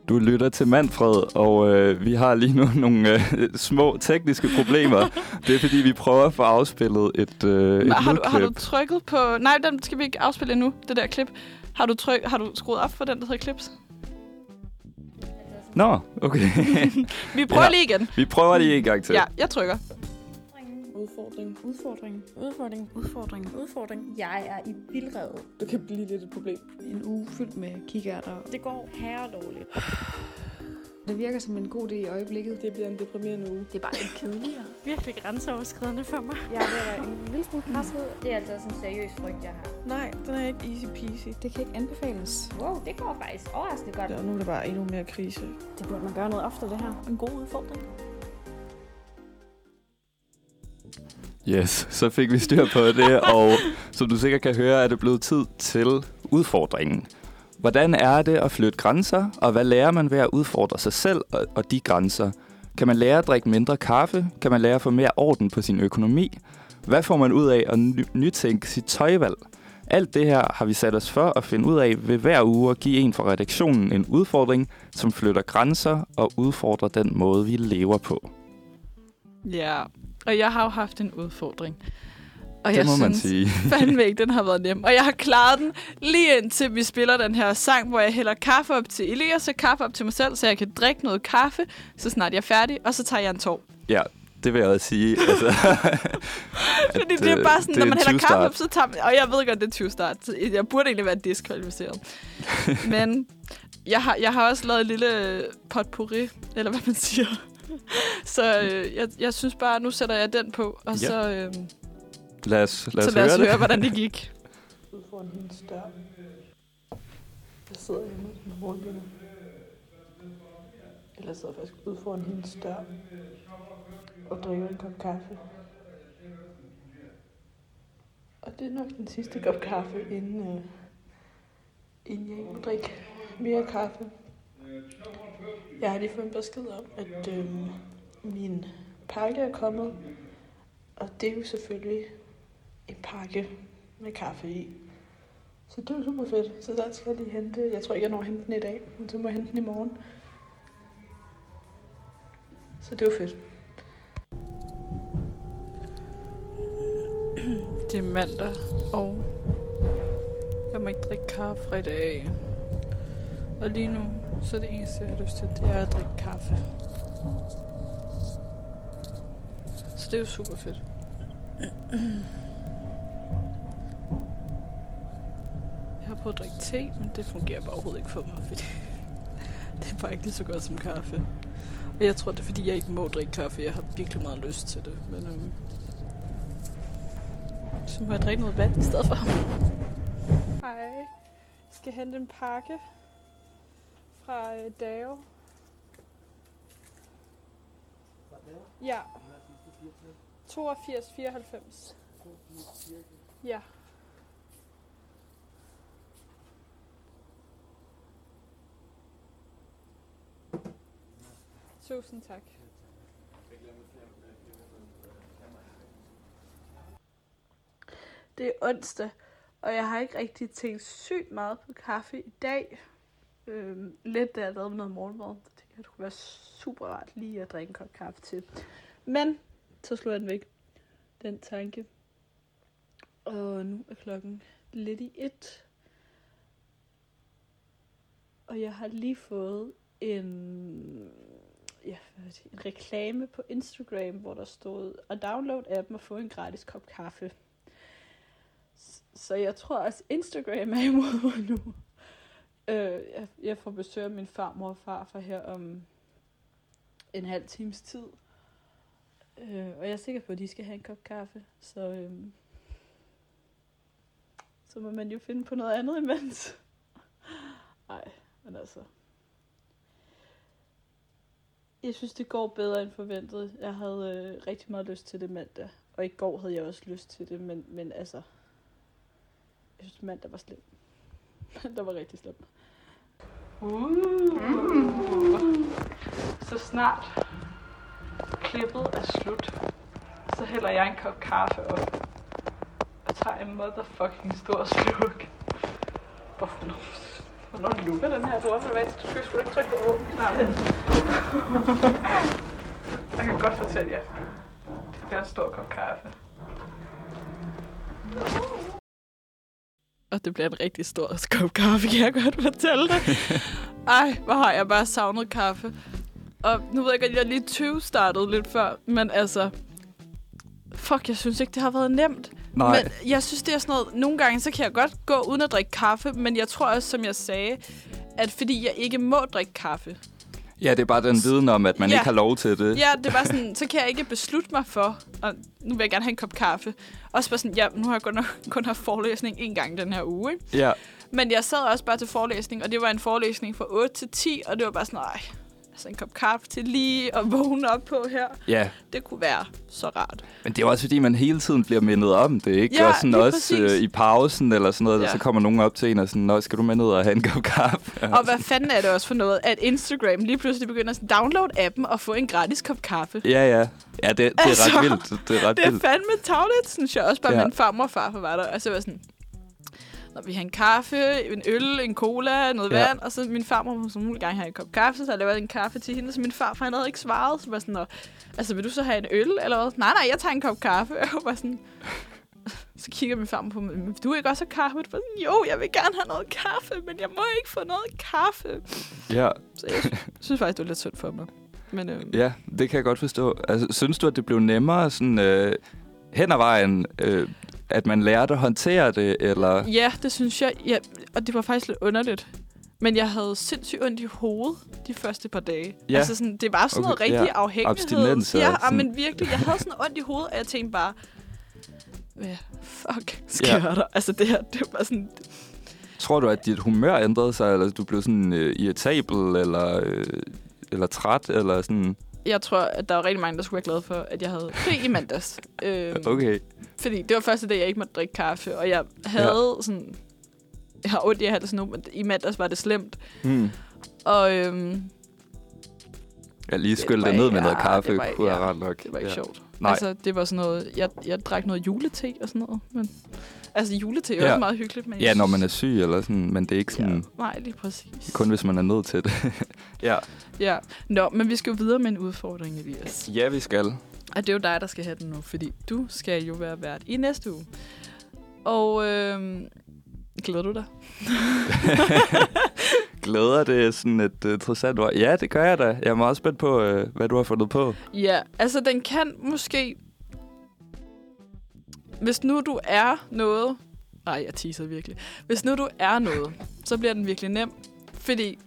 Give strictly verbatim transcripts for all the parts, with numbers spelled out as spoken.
Du lytter til Manfred, og øh, vi har lige nu nogle øh, små tekniske problemer. Det er fordi, vi prøver at få afspillet et, øh, et har, du, lydklip. har du trykket på... Nej, den skal vi ikke afspille endnu, det der klip. Har du, tryk, har du skruet op for den, der hedder Clips? Nå, okay. Vi prøver ja, lige igen. Vi prøver lige en gang til. Ja, jeg trykker. Udfordring, udfordring, udfordring, udfordring, udfordring. Jeg er i vildrede. Det kan blive lidt et problem. En uge fyldt med kikærter. Det går herredårligt. Det virker som en god idé i øjeblikket. Det bliver en deprimerende uge. Det er bare lidt kedeligere. Virkelig grænseoverskridende for mig. Jeg er ved at være en lille smule presset. Det er altså sådan en seriøs frygt, jeg har. Nej, den er ikke easy peasy. Det kan ikke anbefales. Wow, det går faktisk overraskende godt. Og nu er det bare endnu mere krise. Det burde man gøre noget ofte, det her. En god udfordring. Yes, så fik vi styr på det, og som du sikkert kan høre, er det blevet tid til udfordringen. Hvordan er det at flytte grænser, og hvad lærer man ved at udfordre sig selv og, og de grænser? Kan man lære at drikke mindre kaffe? Kan man lære at få mere orden på sin økonomi? Hvad får man ud af at ny- nytænke sit tøjvalg? Alt det her har vi sat os for at finde ud af ved hver uge at give en fra redaktionen en udfordring, som flytter grænser og udfordrer den måde, vi lever på. Ja, og jeg har jo haft en udfordring. Og det jeg må synes man sige. fandme ikke, den har været nem. Og jeg har klaret den lige indtil vi spiller den her sang, hvor jeg hælder kaffe op til Elias og kaffe op til mig selv, så jeg kan drikke noget kaffe, så snart jeg er færdig, og så tager jeg en tår. Ja, det vil jeg også sige. Altså, Fordi at, det er bare sådan, det er når man hælder kaffe tyve-start. op, så tager man... Og jeg ved godt, det er tyve-start. Jeg burde egentlig være diskvalificeret. Men jeg har, jeg har også lavet et lille potpourri, eller hvad man siger. Så øh, jeg, jeg synes bare, nu sætter jeg den på, og ja. så... Øh, Lad os, lad os så lad os høre høre, det. hvordan det gik. Ud foran hendes dør. Jeg sidder hjemme med morgenvinder. Eller jeg sidder faktisk ud foran hendes dør. Og drikker en kop kaffe. Og det er nok den sidste kop kaffe, inden, øh, inden jeg ikke må drikke mere kaffe. Jeg har lige fået en besked om, at øh, min pakke er kommet. Og det er jo selvfølgelig en pakke med kaffe i. Så det er super fedt. Så der skal jeg lige hente. Jeg tror ikke, jeg når at hente den i dag, men så må jeg hente den i morgen. Så det er jo fedt. Det er mandag, og jeg må ikke drikke kaffe fra i dag. Og lige nu, så er det eneste, jeg har lyst til, det er at drikke kaffe. Så det er jo super fedt. Jeg har prøvet at drikke te, men det fungerer bare overhovedet ikke for mig, fordi det er bare ikke lige så godt som kaffe. Og jeg tror, det er fordi, jeg ikke må drikke kaffe. Jeg har virkelig meget lyst til det, men øhm, så må jeg drikke noget vand i stedet for. Hej. Jeg skal hente en pakke fra øh, Dao. Ja. toogfirs fireoghalvfems. Ja. Tusind tak. Det er onsdag, og jeg har ikke rigtig tænkt sygt meget på kaffe i dag. Øhm, lidt da jeg lavede noget morgenmad. Jeg tænkte, at det kunne være super rart lige at drikke en kop kaffe til. Men så slog jeg den væk, den tanke. Og nu er klokken lidt i et. Og jeg har lige fået en, ja, en reklame på Instagram, hvor der stod at download appen og få en gratis kop kaffe. Så jeg tror også Instagram er imod mig nu. Øh, jeg, jeg får besøg af min farmor og farfar her om en halv times tid. Øh, og jeg er sikker på, at de skal have en kop kaffe. Så, øh, så må man jo finde på noget andet imens. Ej, men altså. Jeg synes, det går bedre end forventet. Jeg havde øh, rigtig meget lyst til det mandag. Og i går havde jeg også lyst til det, men, men altså. Jeg synes, mandag var slem. Mandag var rigtig slem. Uh. Mm. Så snart klippet er slut, så hælder jeg en kop kaffe op og tager en motherfucking stor slurk. Hvorfor nu? Hvornår lukker den her dør, så du skal sgu ikke trykke på åbne-knappen. Jeg kan godt fortælle jer. Det er en stor kop kaffe. Og det bliver en rigtig stor kop kaffe, kan jeg godt fortælle dig. Ej, hvor har jeg bare savnet kaffe. Og nu ved jeg godt, at jeg lige tyve startede lidt før, men altså... Fuck, jeg synes ikke, det har været nemt. Nej. Men jeg synes, det er sådan noget... Nogle gange, så kan jeg godt gå uden at drikke kaffe, men jeg tror også, som jeg sagde, at fordi jeg ikke må drikke kaffe... Ja, det er bare den viden om, at man ja. ikke har lov til det. Ja, det er bare sådan, så kan jeg ikke beslutte mig for, og nu vil jeg gerne have en kop kaffe. Også bare sådan, ja, nu har jeg kun, kun haft forelæsning en gang den her uge, ikke? Ja. Men jeg sad også bare til forelæsning, og det var en forelæsning fra otte til ti, og det var bare sådan, nej, altså en kop kaffe til lige at vågne op på her. Ja. Det kunne være så rart. Men det er også fordi, man hele tiden bliver mindet om det, ikke? Ja, og sådan lige også øh, i pausen eller sådan noget, ja. der, så kommer nogen op til en og sådan, nå, skal du med ned og have en kop kaffe? Og hvad fanden er det også for noget, at Instagram lige pludselig begynder at downloade appen og få en gratis kop kaffe? Ja, ja. Ja, det, det er altså, ret vildt. Det er ret det er vildt. fandme tavligt, synes jeg også bare, ja. min farmor og farfar var der, og så var sådan... Når vi har en kaffe, en øl, en cola, noget ja. vand, og så min farmor må som mulig gang have en kop kaffe, så jeg lavede en kaffe til hende, så min farfar han havde ikke svaret, så var sådan, altså vil du så have en øl, eller hvad? Nej, nej, jeg tager en kop kaffe, og jeg var sådan, så kigger min farmor på mig, men du ikke også have kaffe? Sådan, jo, jeg vil gerne have noget kaffe, men jeg må ikke få noget kaffe. Ja. Så jeg synes faktisk, det var lidt synd for mig. Men, øh, ja, det kan jeg godt forstå. Altså, synes du, at det blev nemmere sådan, øh, hen ad vejen, øh, at man lærte at håndtere det, eller? Ja, det synes jeg. Ja, og det var faktisk lidt underligt. Men jeg havde sindssygt ondt i hovedet de første par dage. Ja. Altså sådan, det var sådan okay, noget rigtig ja. afhængighed. Abstinens. Ja, sådan. men virkelig. Jeg havde sådan ondt i hovedet, og jeg tænkte bare, hvad fuck sker ja. der? Altså det her, det var sådan... Tror du, at dit humør ændrede sig, eller du blev sådan øh, irritabel, eller, øh, eller træt, eller sådan? Jeg tror, at der var rigtig mange, der skulle være glade for, at jeg havde fri i mandags. øhm, okay. Fordi det var første dag, jeg ikke måtte drikke kaffe, og jeg havde ja. sådan... Jeg har ondt i halsen nu, men i mandags var det slemt. Mm. Og... Øhm, jeg lige skyldte det ned med ja, noget kaffe, det var, kunne ja, være ret nok. Det var ikke ja. sjovt. Nej. Altså, det var sådan noget... Jeg, jeg drak noget julete og sådan noget. Men, altså, julete er ja. også meget hyggeligt. Men ja, når man er syg eller sådan, men det er ikke sådan... Ja, nej, lige præcis. Kun hvis man er nødt til det. ja. Ja. Nå, men vi skal jo videre med en udfordring, Elias. Ja, vi skal. Og det er jo dig, der skal have den nu, fordi du skal jo være vært i næste uge. Og øh, glæder du dig? Glæder det sådan et uh, interessant ord? Ja, det gør jeg da. Jeg er meget spændt på, uh, hvad du har fundet på. Ja, altså den kan måske... Hvis nu du er noget... Nej, jeg teaser virkelig. Hvis nu du er noget, så bliver den virkelig nem. Fordi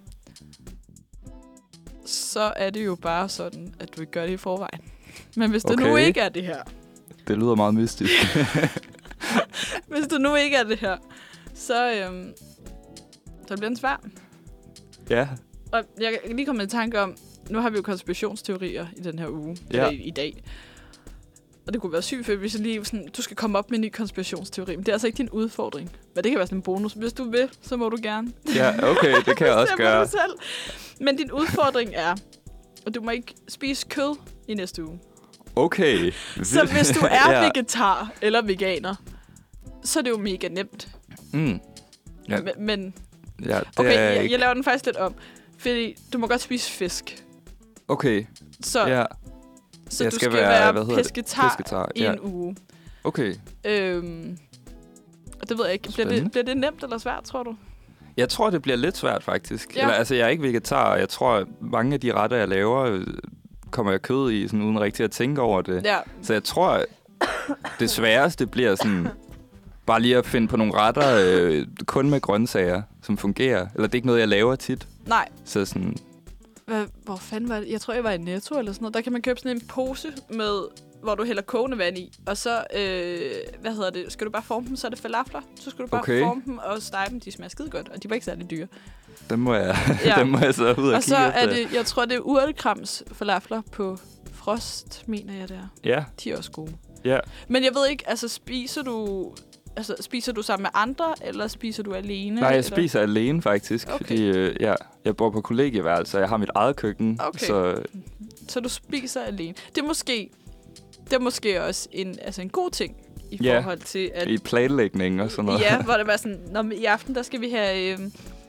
så er det jo bare sådan, at du ikke gør det i forvejen. Men hvis det okay. nu ikke er det her... Det lyder meget mystisk. Hvis det nu ikke er det her, så, øhm, så bliver den svær. Ja. Og jeg kan lige komme i tanke om, nu har vi jo konspirationsteorier i den her uge, ja. eller i, i dag. Og det kunne være sygt, hvis jeg lige sådan, du skal komme op med en ny konspirationsteori. Men det er altså ikke din udfordring. Men det kan være sådan en bonus. Hvis du vil, så må du gerne. Ja, okay, det kan jeg også gøre. Selv. Men din udfordring er, at du må ikke spise kød i næste uge. Okay. Så hvis du er ja. vegetar eller veganer, så er det jo mega nemt. Mm. Ja. Men, men ja, det okay, er jeg, ikke... jeg laver den faktisk lidt om. Fordi du må godt spise fisk. Okay, så, ja. Så jeg du skal skal være, være pesketar, pesketar i ja. en uge. Okay. Øhm, og det ved jeg ikke. Bliver det, bliver det nemt eller svært, tror du? Jeg tror, det bliver lidt svært, faktisk. Ja. Eller, altså, jeg er ikke vegetar, og jeg tror, at mange af de retter, jeg laver, kommer jeg kød i, sådan, uden rigtig at tænke over det. Ja. Så jeg tror, det sværeste bliver sådan... Bare lige at finde på nogle retter øh, kun med grøntsager, som fungerer. Eller det er ikke noget, jeg laver tit. Nej. Så sådan... Hvad, hvor fanden var det? Jeg tror, jeg var i Netto eller sådan noget. Der kan man købe sådan en pose med, hvor du hælder kogende vand i. Og så, øh, hvad hedder det? Skal du bare forme dem, så er det falafler. Så skal du bare okay. forme dem og stege dem. De smager skide godt, og de var ikke særlig dyre. Dem må jeg, ja. dem må jeg så ud og, og kigge Og så er efter. det, jeg tror, det er urtekrams falafler på Frost, mener jeg der. Ja. De er også gode. Ja. Men jeg ved ikke, altså spiser du... Altså, spiser du sammen med andre, eller spiser du alene? Nej, jeg eller? spiser alene, faktisk. Okay. Fordi øh, ja, jeg bor på kollegieværelse, og jeg har mit eget køkken. Okay. Så, så du spiser alene. Det er måske, det er måske også en, altså en god ting i ja, forhold til... At, i planlægning og sådan noget. Ja, hvor det var sådan, når i aften, der skal vi have... Øh,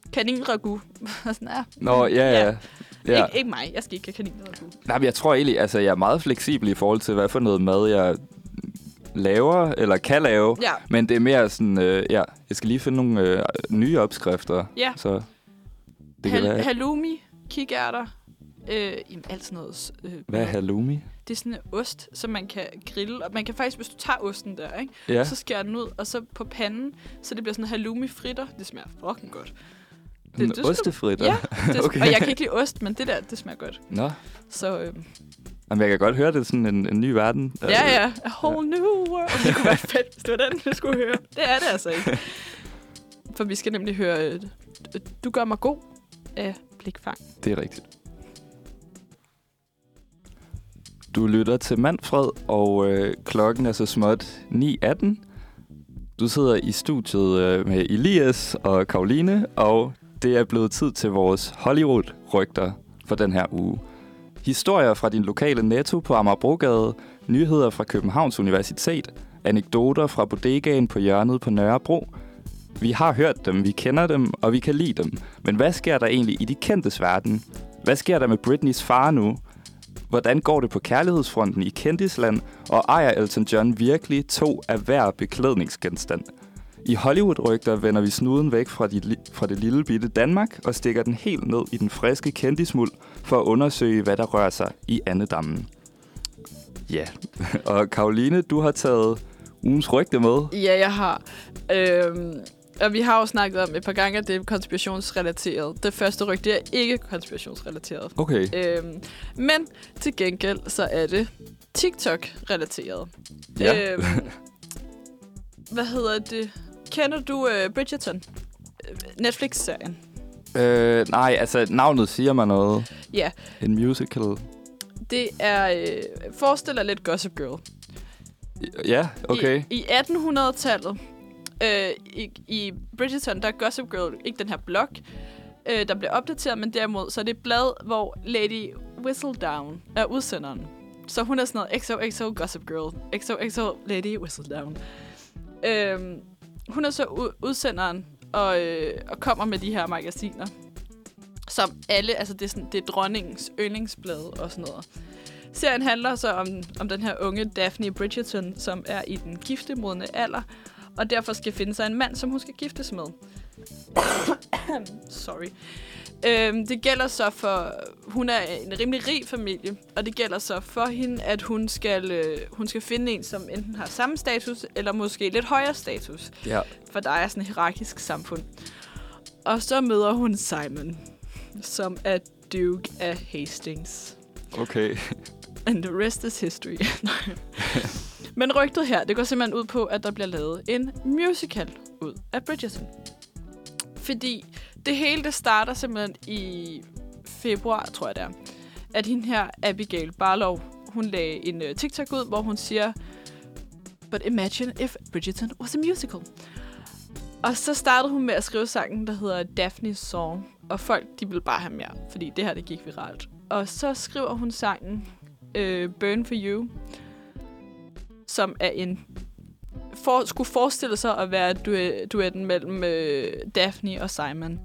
kaninragu. Sådan, ja. Nå, ja, ja. Ja. ja. Ik- ikke mig, jeg skal ikke have kaninragu. Nej, men jeg tror egentlig, altså jeg er meget fleksibel i forhold til, hvad for noget mad jeg laver, eller kan lave. Ja. Men det er mere sådan, øh, ja, jeg skal lige finde nogle øh, nye opskrifter. Ja. Så det kan Hal- være... halloumi, kikærter, øh, jamen, alt sådan noget. Øh, Hvad er halloumi? Det er sådan en ost, som man kan grille. Og man kan faktisk, hvis du tager osten der, ikke? Ja. Så skærer den ud, og så på panden, så det bliver sådan halloumi-fritter. Det smager fucking godt. Det, det skal ostefritter? Ja, det, Okay. og jeg kan ikke lide ost, men det der, det smager godt. Nå. Så øh, Jamen, jeg kan godt høre, det er sådan en, en ny verden. ja, ja. A whole new world. Det kunne være fedt, hvis det var den, vi skulle høre. Det er det altså ikke. For vi skal nemlig høre øh, Du gør mig god af Blikfang. Det er rigtigt. Du lytter til Manfred, og øh, klokken er så småt ni atten. Du sidder i studiet øh, med Elias og Karoline, og det er blevet tid til vores Hollywood-rygter for den her uge. Historier fra din lokale Netto på Amagerbrogade, nyheder fra Københavns Universitet, anekdoter fra bodegaen på hjørnet på Nørrebro. Vi har hørt dem, vi kender dem, og vi kan lide dem. Men hvad sker der egentlig i de kendtes verden? Hvad sker der med Britneys far nu? Hvordan går det på kærlighedsfronten i kendisland? Og ejer Elton John virkelig to af hver beklædningsgenstand? I Hollywood-rygter vender vi snuden væk fra, de, fra det lille bitte Danmark og stikker den helt ned i den friske kendismuld for at undersøge, hvad der rører sig i andedammen. Ja, og Karoline, du har taget ugens rygte med. Ja, jeg har. Øhm, og vi har jo snakket om et par gange, at det er konspirationsrelateret. Det første rygte er ikke konspirationsrelateret. Okay. Øhm, men til gengæld, så er det TikTok-relateret. Ja. Øhm, hvad hedder det? Kender du uh, Bridgerton? Netflix-serien. Øh, nej, altså navnet siger mig noget. Ja. En musical. Det er... Øh, forestil dig lidt Gossip Girl. Ja, okay. I, i attenhundredetallet, øh, i, i Bridgerton, der er Gossip Girl ikke den her blog, øh, der bliver opdateret, men derimod, så er det et blad, hvor Lady Whistledown er udsenderen. Så hun er sådan noget X O X O Gossip Girl, X O X O Lady Whistledown. Øh, hun er så u- udsenderen, og, øh, og kommer med de her magasiner, som alle, altså det er, sådan, det er dronningens yndlingsblad og sådan noget. Serien handler så om, om den her unge Daphne Bridgerton, som er i den giftemodne alder, og derfor skal finde sig en mand, som hun skal giftes med. Sorry. Øhm, det gælder så for... Hun er en rimelig rig familie, og det gælder så for hende, at hun skal, øh, hun skal finde en, som enten har samme status, eller måske lidt højere status. Ja. For der er sådan et hierarkisk samfund. Og så møder hun Simon, som er Duke af Hastings. Okay. And the rest is history. Men rygtet her, det går simpelthen ud på, at der bliver lavet en musical ud af Bridgerton. Fordi det hele, det starter simpelthen i februar, tror jeg det er, at hende her, Abigail Barlow, hun lagde en uh, TikTok ud, hvor hun siger, but imagine if Bridgerton was a musical. Og så startede hun med at skrive sangen, der hedder Daphne's Song. Og folk, de ville bare have mere, fordi det her, det gik viralt. Og så skriver hun sangen uh, Burn for You, som er en for, skulle forestille sig at være du- duetten mellem øh, Daphne og Simon.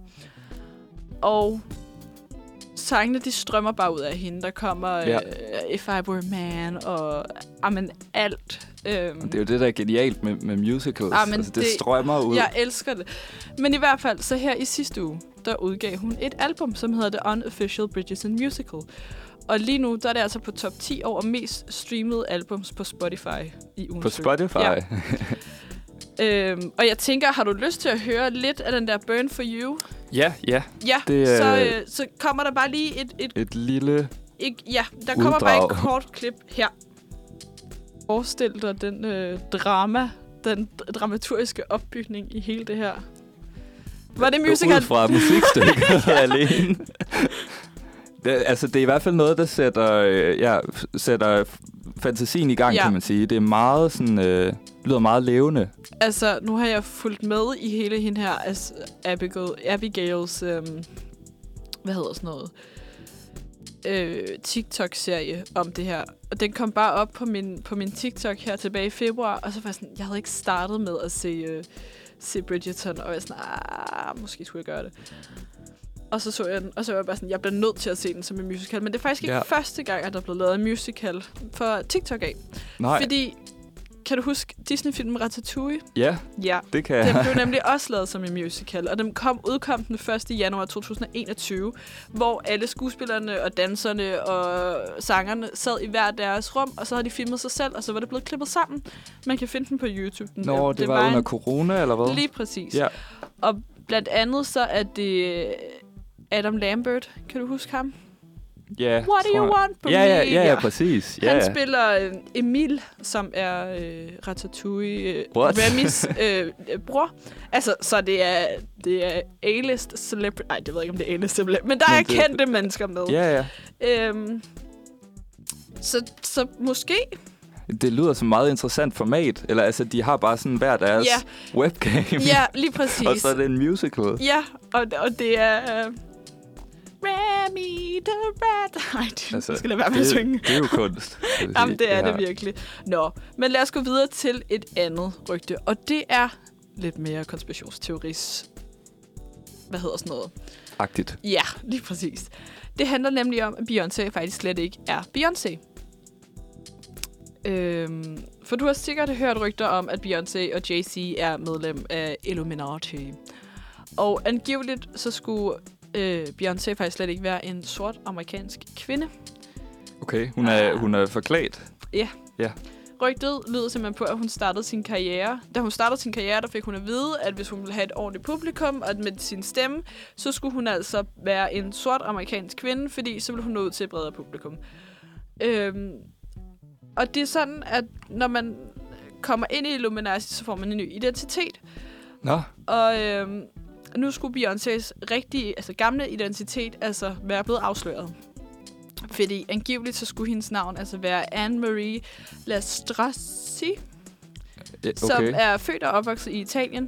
Og sangene, de strømmer bare ud af hende. Der kommer ja. øh, If I Were a Man og amen, alt. Øhm, Det er jo det, der er genialt med, med musicals. Amen, altså, det, det strømmer ud. Jeg elsker det. Men i hvert fald, så her i sidste uge, der udgav hun et album, som hedder The Unofficial Bridgerton Musical. Og lige nu, der er det altså på top ti over mest streamede albums på Spotify i ugen. På Spotify? Ja. øhm, og jeg tænker, har du lyst til at høre lidt af den der Burn for You? Ja, ja. Ja, det, så, øh, øh, så kommer der bare lige et... Et, et lille et, ja, der kommer uddrag. bare et kort klip her. Forestil dig den øh, drama, den dramaturgiske opbygning i hele det her. Var det musical? Ud fra musikstykket alene. Det, altså, det er i hvert fald noget, der sætter, øh, ja, sætter fantasien i gang, ja. kan man sige. Det er meget sådan, øh, lyder meget levende. Altså, nu har jeg fulgt med i hele hende her, altså Abigail, Abigails, øhm, hvad hedder sådan noget, øh, TikTok-serie om det her. Og den kom bare op på min, på min TikTok her tilbage i februar, og så var jeg sådan, jeg havde ikke startet med at se, øh, se Bridgerton, og jeg var sådan, ah, måske skulle jeg gøre det. Og så så jeg den, og så var jeg bare sådan, jeg bliver nødt til at se den som en musical. Men det er faktisk ikke ja. første gang, at der er blevet lavet en musical for TikTok af. Nej. Fordi, kan du huske Disney-filmen Ratatouille? Ja, ja, det kan jeg. Den blev nemlig også lavet som en musical, og den kom, udkom den første januar to tusind og enogtyve, hvor alle skuespillerne og danserne og sangerne sad i hver deres rum, og så havde de filmet sig selv, og så var det blevet klippet sammen. Man kan finde den på YouTube. Den, Nå, det, det var, var under en... corona, eller hvad? Lige præcis. Ja. Og blandt andet så er det Adam Lambert, kan du huske ham? Ja, yeah, What do you want from ja, ja, me? Ja, ja, præcis. Han ja. spiller øh, Emil, som er øh, Ratatouille, øh, Remys øh, bror. Altså, så det er, det er A-list celebrity. Nej, det ved jeg ikke, om det er A-list celebrity. Men der men er det... kendte mennesker med. Ja, ja. Øhm, så, så måske... Det lyder som meget interessant format. Eller altså, de har bare sådan hver deres ja. webcam. Ja, lige præcis. Og så er det en musical. Ja, og, og det er... Øh, Remy the Rat. Nej, det altså, skal lade være med at synge. Det er jo kunst. Jamen, det er det, det virkelig. Nå, men lad os gå videre til et andet rygte. Og det er lidt mere konspirationsteoris. Hvad hedder sådan noget? Agtigt. Ja, lige præcis. Det handler nemlig om, at Beyoncé faktisk slet ikke er Beyoncé. Øhm, for du har sikkert hørt rygter om, at Beyoncé og Jay-Z er medlem af Illuminati. Og angiveligt så skulle øh, Beyoncé faktisk slet ikke være en sort amerikansk kvinde. Okay, hun er, ah. hun er forklædt. Ja. Ja. Rygtet lyder simpelthen på, at hun startede sin karriere. Da hun startede sin karriere, der fik hun at vide, at hvis hun ville have et ordentligt publikum, og med sin stemme, så skulle hun altså være en sort amerikansk kvinde, fordi så ville hun nå ud til et bredere publikum. Øhm, og det er sådan, at når man kommer ind i Illuminati, så får man en ny identitet. Nå. Og øhm, nu skulle Beyoncés rigtige, altså gamle identitet, altså være blevet afsløret. Fordi angiveligt så skulle hendes navn altså være Anne-Marie Lastrassi, okay. som er født og opvokset i Italien.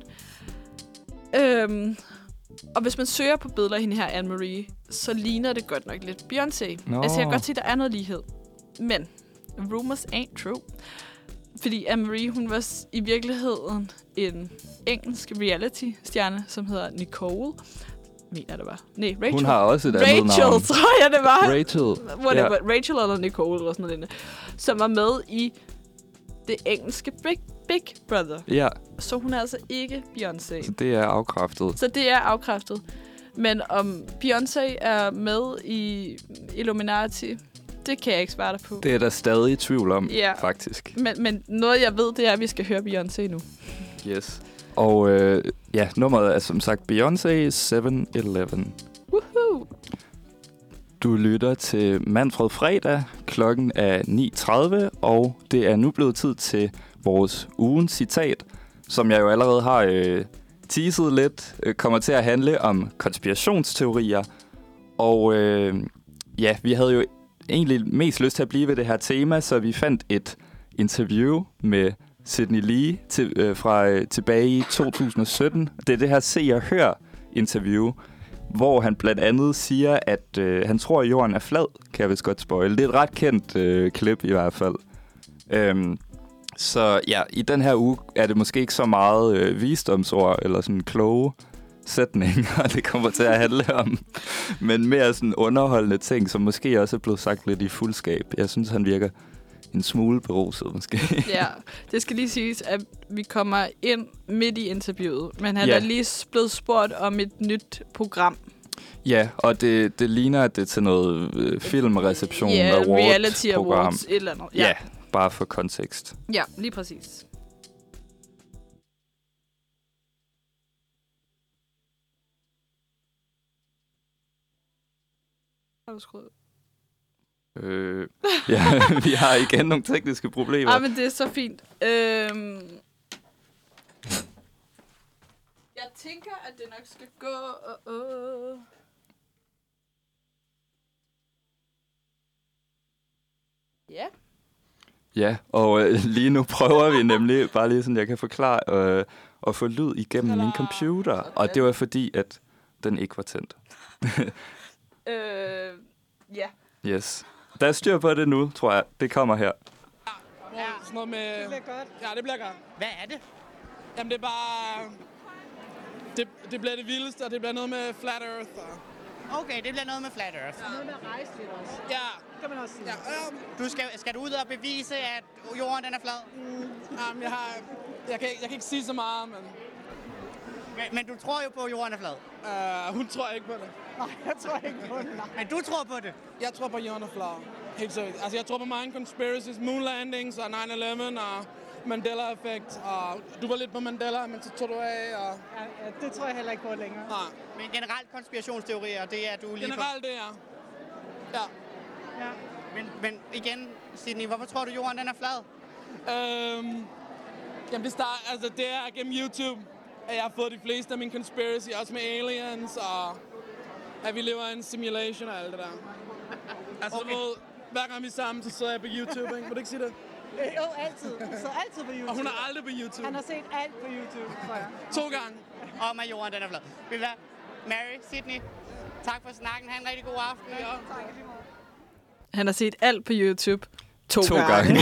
Øhm, og hvis man søger på billeder af hende her, Anne-Marie, så ligner det godt nok lidt Beyoncé. No. Altså jeg kan godt se, at der er noget lighed. Men rumors ain't true. Fordi Anne-Marie, hun var i virkeligheden en engelsk reality-stjerne, som hedder Nicole. Mener det var. Nej, Rachel. Hun har også et andet Rachel, navn. Rachel, tror jeg, det var. Rachel. Whatever. Yeah. Rachel eller Nicole eller sådan noget. Som var med i det engelske Big, Big Brother. Ja. Yeah. Så hun er altså ikke Beyoncé. Så det er afkræftet. Så det er afkræftet. Men om Beyoncé er med i Illuminati, det kan jeg ikke svare dig på. Det er der stadig i tvivl om, yeah. faktisk. Men, men noget, jeg ved, det er, at vi skal høre Beyoncé nu. Yes. Og øh, ja, nummeret er som sagt Beyoncé syv elleve. Woohoo! Du lytter til Manfred Fredag. Klokken er ni tredive, og det er nu blevet tid til vores ugens citat, som jeg jo allerede har øh, teaset lidt, øh, kommer til at handle om konspirationsteorier. Og øh, ja, vi havde jo egentlig mest lyst til at blive ved det her tema, så vi fandt et interview med Sydney Lee til, øh, fra øh, tilbage i to tusind og sytten. Det er det her Se og Hør interview, hvor han blandt andet siger, at øh, han tror, at jorden er flad, kan jeg vist godt spoile. Det er et ret kendt øh, klip i hvert fald. Øhm, så ja, i den her uge er det måske ikke så meget øh, visdomsord eller sådan kloge sætninger, det kommer til at handle om. Men mere sådan underholdende ting, som måske også er blevet sagt lidt i fuldskab. Jeg synes, han virker en smule beruset, måske. Ja, det skal lige siges, at vi kommer ind midt i interviewet, men han ja. er lige blevet spurgt om et nyt program. Ja, og det, det ligner, at det er til noget øh, filmreception, ja, award reality program. awards, et eller andet. Ja. ja, bare for kontekst. Ja, lige præcis. Har du skruet? Øh, ja, vi har igen nogle tekniske problemer. Ah, men det er så fint. Øhm, jeg tænker, at det nok skal gå... Uh, uh. Ja. Ja, og øh, lige nu prøver vi nemlig, bare lige sådan, jeg kan forklare, øh, at få lyd igennem Tada. min computer. Sådan. Og det var fordi, at den ikke var tændt. øh, ja. Yes. Der er styr på det nu, tror jeg. Det kommer her. Ja, sådan noget med... Det bliver godt. Ja, det bliver godt. Hvad er det? Jamen, det er bare... det, det bliver det vildeste, og det bliver noget med Flat Earth. Og... Okay, det bliver noget med Flat Earth. Og noget med at rejse lidt også. Ja. Kan man også sige. Ja, ja. Du skal, skal du ud og bevise, at jorden den er flad? Mm, jamen, jeg, har, jeg, kan, jeg kan ikke sige så meget, men... Men, men du tror jo på, at jorden er flad? Uh, hun tror ikke på det. Nej, jeg tror ikke på det. Men du tror på det? Jeg tror på, at jorden er flad. Helt seriøst. Altså, jeg tror på mange conspiracies, moon landings og nine eleven og Mandela-effekt. Og du var lidt på Mandela, men så tog du af. Og... Ja, ja, det tror jeg heller ikke på længere. Nej. Men generelt konspirationsteorier, det er du lige generelt, på? Generelt, det er. Ja. Ja. Men, men igen, Sydney, hvorfor tror du, jorden den er flad? Øhm, jamen, det, start, altså, det er gennem YouTube, at jeg har fået de fleste af mine conspiracy, også med aliens, og at vi lever i en simulation og alt det der. Altså, okay. ved, hver gang vi er sammen, så sidder jeg på YouTube, ikke? Må du ikke sige det? Jo, altid. Du sidder altid på YouTube. Og hun er aldrig på YouTube. Han har set alt på YouTube, tror jeg. To gange. Om at jorden den er flad. Vil hvad? Mary, Sydney, tak for snakken. Ha' en rigtig god aften. Ja. Tak. Han har set alt på YouTube to, to gange. gange.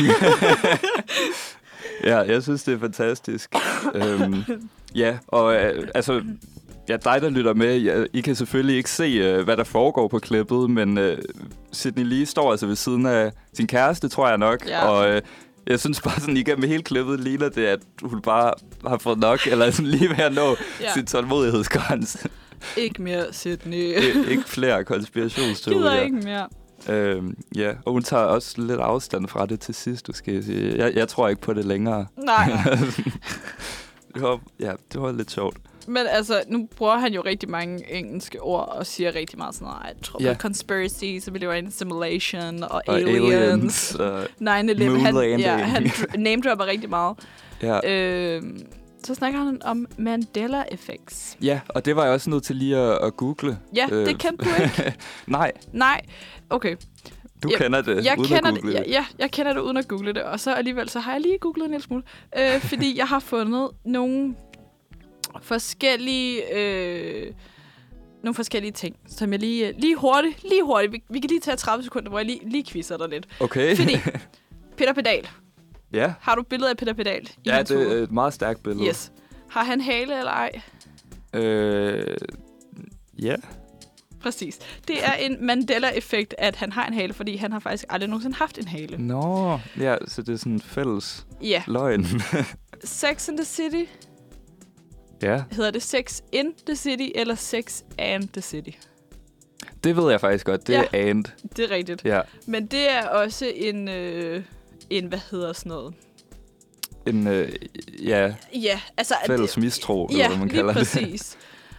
Ja, jeg synes, det er fantastisk. øhm, ja, og øh, altså, ja, dig, der lytter med, ja, I kan selvfølgelig ikke se, øh, hvad der foregår på klippet, men øh, Sydney Lee står altså ved siden af sin kæreste, tror jeg nok, ja. og øh, jeg synes bare sådan, igennem hele klippet ligner det, at hun bare har fået nok, eller sådan lige ved at nå ja. sin tålmodighedsgrænse. Ikke mere, Sydney. Ik- ikke flere konspirationsteorier. Gider ikke mere. Øhm, ja, og hun tager også lidt afstand fra det til sidst, du skal sige. Jeg, jeg tror ikke på det længere. Nej. det var, ja, det var lidt sjovt. Men altså, nu bruger han jo rigtig mange engelske ord og siger rigtig meget sådan noget. Jeg tror på ja. conspiracy, så vil det være en simulation og, og aliens. aliens uh, nine eleven. Han, ja, han name-dropper rigtig meget. Ja. Øhm, så snakker han om Mandela-effects. Ja, og det var jeg også nødt til lige at, at google. Ja, øh. det kendte du ikke. Nej. Nej, okay. Du jeg, kender det jeg uden kender at google det. det. Ja, ja, jeg kender det uden at google det. Og så alligevel, så har jeg lige googlet en lille smule. Øh, fordi jeg har fundet nogle forskellige... Øh, nogle forskellige ting, som jeg lige, lige hurtigt, lige hurtigt, vi, vi kan lige tage tredive sekunder, hvor jeg lige, lige quizzer dig lidt. Okay. Fordi, Peter Pedal. Ja. Har du billedet af Peter Pedal? I ja, det er et meget stærkt billede. Yes. Har han hale eller ej? Øh, ja. Præcis. Det er en Mandela-effekt, at han har en hale, fordi han har faktisk aldrig nogensinde haft en hale. Nå, ja, så det er sådan en fælles ja. løgn. Sex in the City. Ja. Hedder det Sex in the City, eller Sex and the City? Det ved jeg faktisk godt. Det ja, er and. Det er rigtigt. Ja. Men det er også en, øh, en hvad hedder sådan noget? En, øh, ja, ja altså, fælles det, mistro, eller ja, hvad man kalder det. Ja, lige præcis.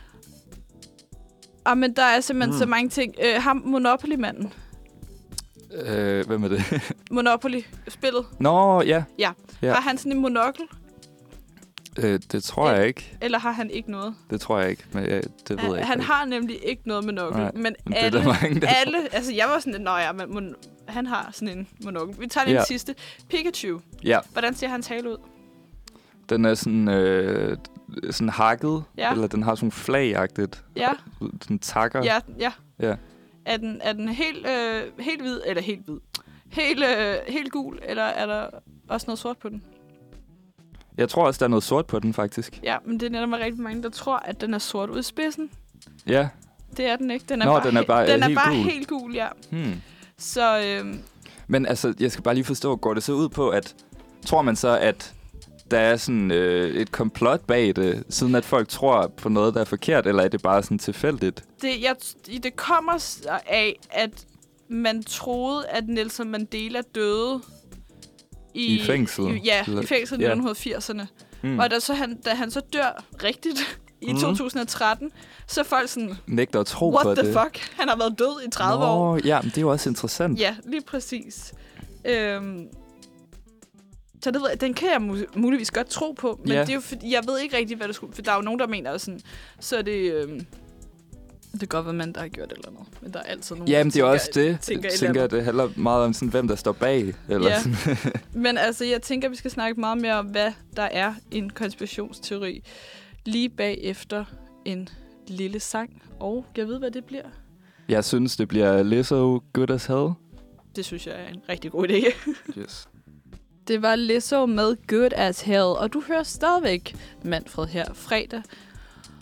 Og men der er simpelthen mm. så mange ting. Øh, ham, Monopoly-manden. Øh, hvem er det? Monopoly-spillet. Nå, ja. ja. Ja. Har han sådan en monokkel? Øh, det tror jeg ikke. Eller har han ikke noget? Det tror jeg ikke, men ja, det ved han, jeg ikke. Han har nemlig ikke noget monokkel. Nej, men, men alle, det er der mange, der alle, tror. Altså jeg var sådan, nå ja, men mon, han har sådan en monokkel. Vi tager lige ja. den sidste. Pikachu. Ja. Hvordan ser hans hale ud? Den er sådan, øh, sådan hakket, ja. eller den har sådan flagagtigt. Ja. Sådan takker. Ja, ja. ja. Er den, er den helt, øh, helt hvid, eller helt hvid? Helt, øh, helt gul, eller er der også noget sort på den? Jeg tror også, der er noget sort på den, faktisk. Ja, men det er netop rigtig mange, der tror, at den er sort ud i spidsen. Ja. Det er den ikke. Den er Nå, bare, den er bare, den er helt, bare gul. helt gul, ja. Hmm. Så, øhm, men altså, jeg skal bare lige forstå, går det så ud på, at tror man så, at der er sådan øh, et komplot bag det, siden at folk tror på noget, der er forkert, eller er det bare sådan tilfældigt? Det, jeg, det kommer af, at man troede, at Nelson Mandela døde i, I fængsel. I, ja, eller? i fængsel i ja. nitten firserne. Mm. Og da, så han, da han så dør rigtigt i mm. to tusind og tretten, så er folk sådan... nægter at tro what på det. What the fuck? Han har været død i tredive Nå, år. Ja, men det er jo også interessant. Ja, lige præcis. Øhm, så det ved jeg, den kan jeg mu- muligvis godt tro på, men ja. det er jo fordi, jeg ved ikke rigtig, hvad det skulle... For der er jo nogen, der mener sådan, så er det... Øhm, the government, der har gjort eller noget. Men der er altid nogen, Jamen, det er tænker, også det. Tænker, jeg tænker, det handler meget om, sådan, hvem der står bag. Eller ja. sådan. Men altså, jeg tænker, vi skal snakke meget mere om, hvad der er en konspirationsteori. Lige bagefter en lille sang. Og jeg ved, hvad det bliver. Jeg synes, det bliver Lizzo Good As Hell. Det synes jeg er en rigtig god idé. Yes. Det var Lizzo med Good As Hell. Og du hører stadigvæk Manfred her fredag.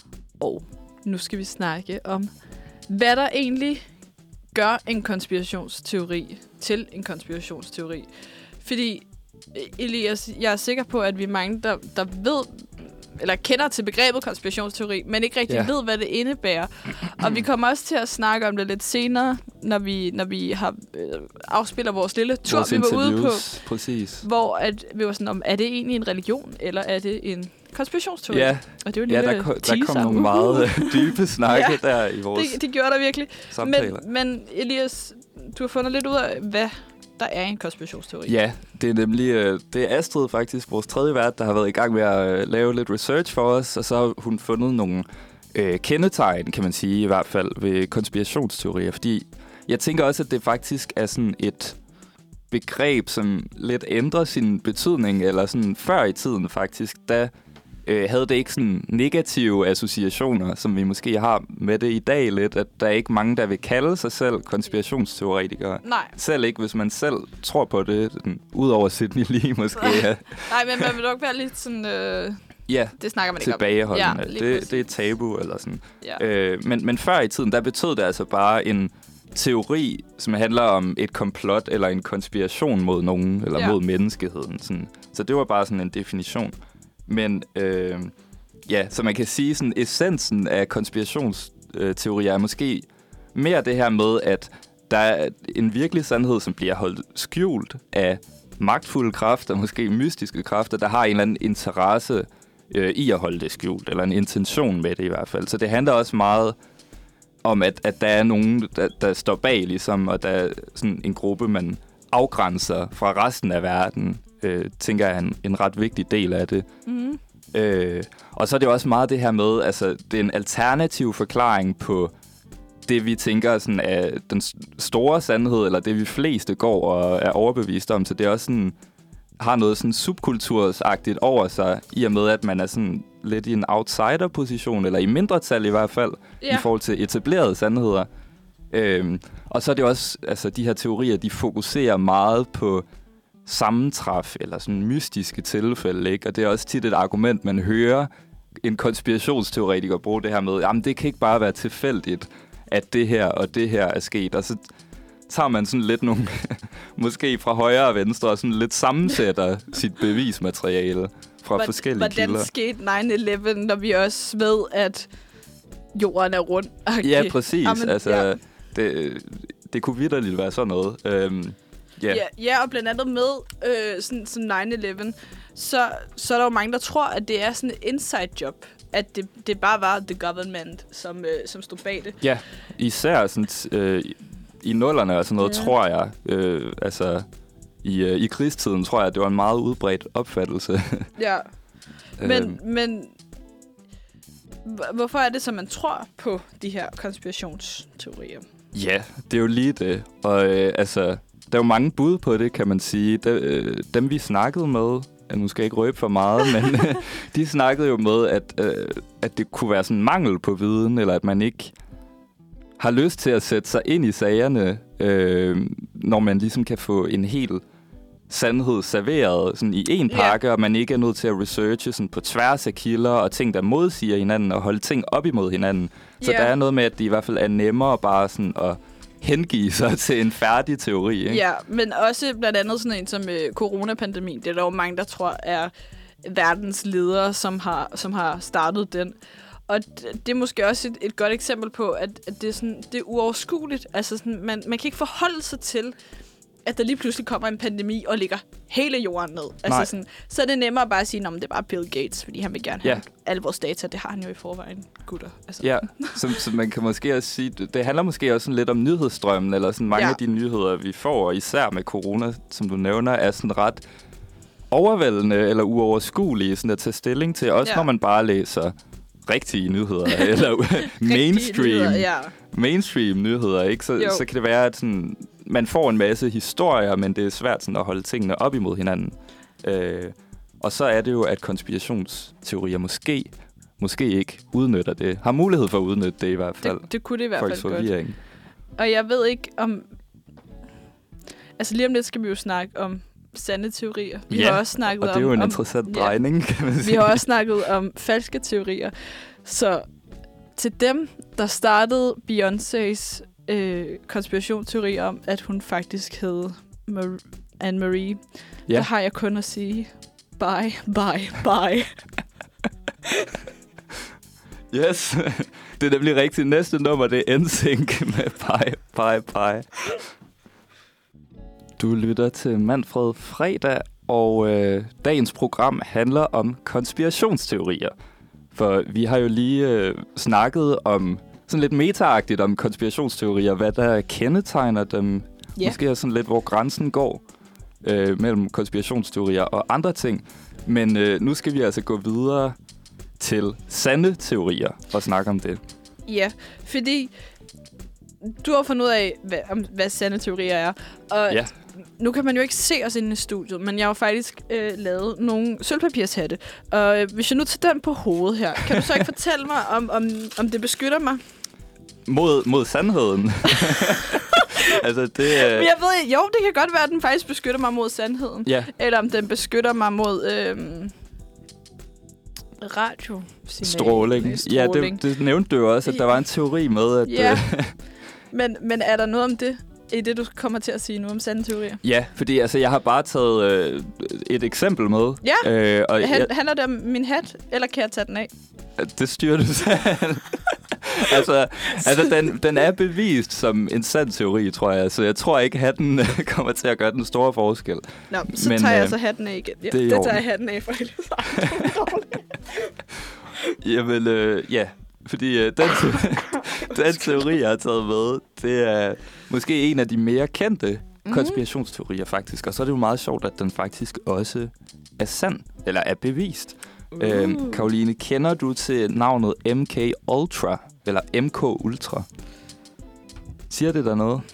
Og nu skal vi snakke om, hvad der egentlig gør en konspirationsteori til en konspirationsteori. Fordi, Elias, jeg er sikker på, at vi er mange, der, der ved, eller kender til begrebet konspirationsteori, men ikke rigtig yeah. ved, hvad det indebærer. Og vi kommer også til at snakke om det lidt senere, når vi, når vi har øh, afspiller vores lille tur, vores vi var ude på. Præcis. Hvor at, vi var sådan om, er det egentlig en religion, eller er det en konspirationsteori? Ja, og det var ja der, kom, der kom nogle meget dybe snakke ja, der i vores det, det gjorde der virkelig. Samtaler. Men, men Elias, du har fundet lidt ud af, hvad der er en konspirationsteori. Ja, det er nemlig øh, det er Astrid faktisk, vores tredje vært, der har været i gang med at øh, lave lidt research for os, og så har hun fundet nogle øh, kendetegn, kan man sige, i hvert fald ved konspirationsteorier, fordi jeg tænker også, at det faktisk er sådan et begreb, som lidt ændrer sin betydning, eller sådan før i tiden faktisk, da øh, havde det ikke sådan negative associationer, som vi måske har med det i dag lidt, at der er ikke mange, der vil kalde sig selv konspirationsteoretikere. Nej. Selv ikke, hvis man selv tror på det, udover Sydney Lee måske. Ja. Nej, men man vil nok være lidt sådan... Øh, ja, det snakker man ikke tilbageholdende. om. Ja, det, det er tabu eller sådan. Ja. Øh, men, men før i tiden, der betød det altså bare en teori, som handler om et komplot eller en konspiration mod nogen, eller ja. mod menneskeheden. Sådan. Så det var bare sådan en definition. Men øh, ja, så man kan sige, sådan essensen af konspirationsteorier er måske mere det her med, at der er en virkelig sandhed, som bliver holdt skjult af magtfulde kræfter, måske mystiske kræfter, der har en eller anden interesse øh, i at holde det skjult, eller en intention med det i hvert fald. Så det handler også meget om, at, at der er nogen, der, der står bag, ligesom, og der er sådan en gruppe, man afgrænser fra resten af verden, øh, tænker jeg er en, en ret vigtig del af det. Mm. Øh, og så er det også meget det her med, altså det er en alternativ forklaring på det, vi tænker sådan er den store sandhed, eller det, vi fleste går og er overbevist om. Så det er også sådan, har noget sådan subkultursagtigt over sig, i og med, at man er sådan lidt i en outsider-position, eller i mindretal i hvert fald, yeah. i forhold til etablerede sandheder. Øhm, og så er det også, altså de her teorier, de fokuserer meget på sammentræf, eller sådan mystiske tilfælde, ikke? Og det er også tit et argument, man hører en konspirationsteoretiker bruge det her med, jamen det kan ikke bare være tilfældigt, at det her og det her er sket. Og så tager man sådan lidt nogle, måske fra højre og venstre, og sådan lidt sammensætter sit bevismateriale fra Hvor, forskellige hvordan kilder. Hvordan skete nine eleven, når vi også ved, at jorden er rund? Okay. Ja, præcis. Amen, altså, ja. Det, det kunne vitterligt være sådan noget. Øhm, yeah. ja, ja, og blandt andet med øh, sådan, sådan nine eleven, så, så er der jo mange, der tror, at det er sådan et inside job. At det, det bare var the government, som, øh, som stod bag det. Ja, især sådan, øh, i nullerne og sådan noget, ja. tror jeg. Øh, altså, i, øh, i krigstiden tror jeg, at det var en meget udbredt opfattelse. Ja, men, men hvorfor er det så, man tror på de her konspirationsteorier? Ja, det er jo lige det. Og øh, altså, der er jo mange bud på det, kan man sige. De, øh, dem, vi snakkede med, nu skal jeg ikke røbe for meget, men de snakkede jo med, at, øh, at det kunne være sådan en mangel på viden, eller at man ikke har lyst til at sætte sig ind i sagerne, øh, når man ligesom kan få en hel sandhed serveret sådan i en pakke, yeah. og man ikke er nødt til at researche sådan på tværs af kilder og ting, der modsiger hinanden, og holde ting op imod hinanden. Så yeah. der er noget med, at det i hvert fald er nemmere bare sådan at hengive sig til en færdig teori, ikke? Ja, men også blandt andet sådan en som øh, coronapandemien. Det er der jo mange, der tror er verdens ledere, som har, som har startet den. Og det er måske også et, et godt eksempel på, at, at det, er sådan, det er uoverskueligt. Altså sådan, man, man kan ikke forholde sig til, at der lige pludselig kommer en pandemi og ligger hele jorden ned. Altså sådan, så er det nemmere bare at sige, at det er bare Bill Gates, fordi han vil gerne have ja. alle vores data. Det har han jo i forvejen, gutter. Altså. Ja, så, så man kan måske også sige, det handler måske også sådan lidt om nyhedsstrømmen, eller sådan mange ja. af de nyheder, vi får, og især med corona, som du nævner, er sådan ret overvældende eller uoverskuelige sådan at tage stilling til. Også ja. når man bare læser rigtige nyheder, eller mainstream, nyheder, ja. mainstream nyheder, ikke? Så, så kan det være, at sådan, man får en masse historier, men det er svært sådan, at holde tingene op imod hinanden. Øh, og så er det jo, at konspirationsteorier måske, måske ikke udnytter det. Har mulighed for at udnytte det i hvert fald. Det, det kunne det i hvert fald forvirring. Godt. Og jeg ved ikke om... Altså lige om lidt skal vi jo snakke om sande teorier. Vi ja, har også snakket om... og det er jo en om, interessant ja, drejning, kan man sige. Vi har også snakket om falske teorier. Så til dem, der startede Beyoncés øh, konspirationsteori om, at hun faktisk hed Mar- Anne-Marie, Ja. der har jeg kun at sige bye, bye, bye. Yes. Det er nemlig rigtigt. Næste nummer, det er N Sync med Bye, Bye, Bye. Du lytter til Manfred Fredag, og øh, dagens program handler om konspirationsteorier. For vi har jo lige øh, snakket om sådan lidt meta-agtigt om konspirationsteorier, hvad der kendetegner dem. Ja. Måske er sådan lidt, hvor grænsen går øh, mellem konspirationsteorier og andre ting. Men øh, nu skal vi altså gå videre til sande teorier og snakke om det. Ja, fordi du har fundet ud af, hvad, om, hvad sande teorier er. Og Ja. nu kan man jo ikke se os inde i studiet, men jeg har jo faktisk øh, lavet nogle sølvpapirshatte. Og øh, hvis jeg nu tager den på hovedet her, kan du så ikke fortælle mig, om, om, om det beskytter mig? Mod, mod sandheden. altså, det Men er... jeg ved, jo, det kan godt være, at den faktisk beskytter mig mod sandheden. Ja, Eller om den beskytter mig mod øh, radio. stråling. Ja, det, det nævnte du jo også, at der var en teori med, at... Ja. Øh, men, men er der noget om det, i det, du kommer til at sige nu om sande teorier? ja, fordi altså, jeg har bare taget øh, et eksempel med. Ja, øh, og Han, jeg, handler det om min hat, eller kan jeg tage den af? det styrer du selv. altså, altså den, den er bevist som en sand teori, tror jeg. Så jeg tror ikke, hatten kommer til at gøre den store forskel. Nå, så Men, tager jeg øh, altså hatten af igen. Ja, det er i det orden. tager jeg hatten af for helvede. Jamen, øh, ja. Fordi øh, den, te- den teori, jeg har taget med, det er måske en af de mere kendte konspirationsteorier, faktisk. Og så er det jo meget sjovt, at den faktisk også er sand, eller er bevist. Uh. Øhm, Karoline, kender du til navnet M K Ultra, eller M K Ultra? Siger det der noget?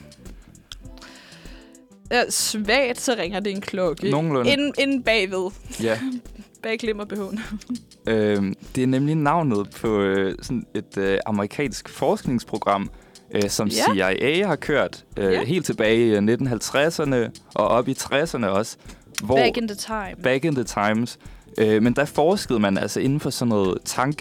Ja, svagt, så ringer det en klokke. Nogenlunde. Inden, inden bagved. Ja. Bag glimmer B H'en. Øhm, det er nemlig navnet på øh, sådan et øh, amerikansk forskningsprogram, øh, som Ja. C I A har kørt øh, Ja. helt tilbage i nitten halvtredserne og op i tresserne også. Hvor, Back in the time. back in the times. Øh, men der forskede man altså inden for sådan noget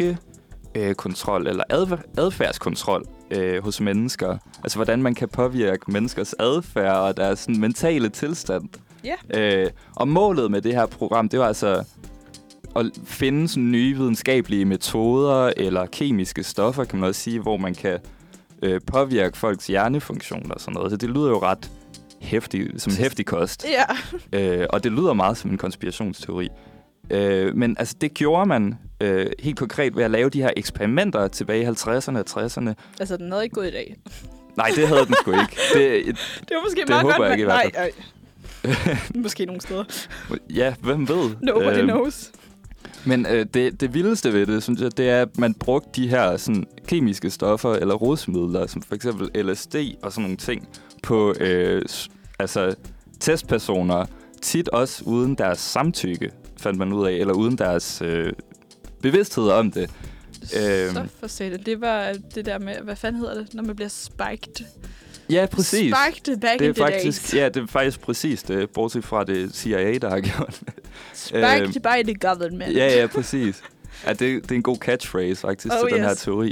tankekontrol eller adv- adfærdskontrol øh, hos mennesker. Altså hvordan man kan påvirke menneskers adfærd og deres sådan, mentale tilstand. Ja. Øh, og målet med det her program, det var altså at finde sådan nye videnskabelige metoder eller kemiske stoffer, kan man også sige, hvor man kan øh, påvirke folks hjernefunktioner og sådan noget. Så det lyder jo ret hæftigt, som en hæftig kost. Ja. Øh, og det lyder meget som en konspirationsteori. Øh, men altså, det gjorde man øh, helt konkret ved at lave de her eksperimenter tilbage i halvtredserne og tresserne. Altså, den havde ikke gået i dag. Nej, det havde den sgu ikke. Det, Det var måske Det meget håber godt, jeg ikke i hvert nej, nej. Måske nogle steder. ja, hvem ved? Nobody Øhm, knows. Men øh, det, det vildeste ved det, synes jeg, det er, at man brugte de her sådan, kemiske stoffer eller rusmidler, som for eksempel L S D og sådan nogle ting, på øh, s- altså, testpersoner, tit også uden deres samtykke, fandt man ud af, eller uden deres øh, bevidsthed om det. Øhm. Så for sætte. Det var det der med, hvad fanden hedder det, når man bliver spiked? Ja, præcis. Spiked back Det in er the faktisk, days. ja, det er faktisk præcis det, bortset fra det C I A, der har gjort det. Spiked Øhm. by the government. Ja, ja, præcis. Ja, det, det er en god catchphrase faktisk Oh, til den her yes. teori.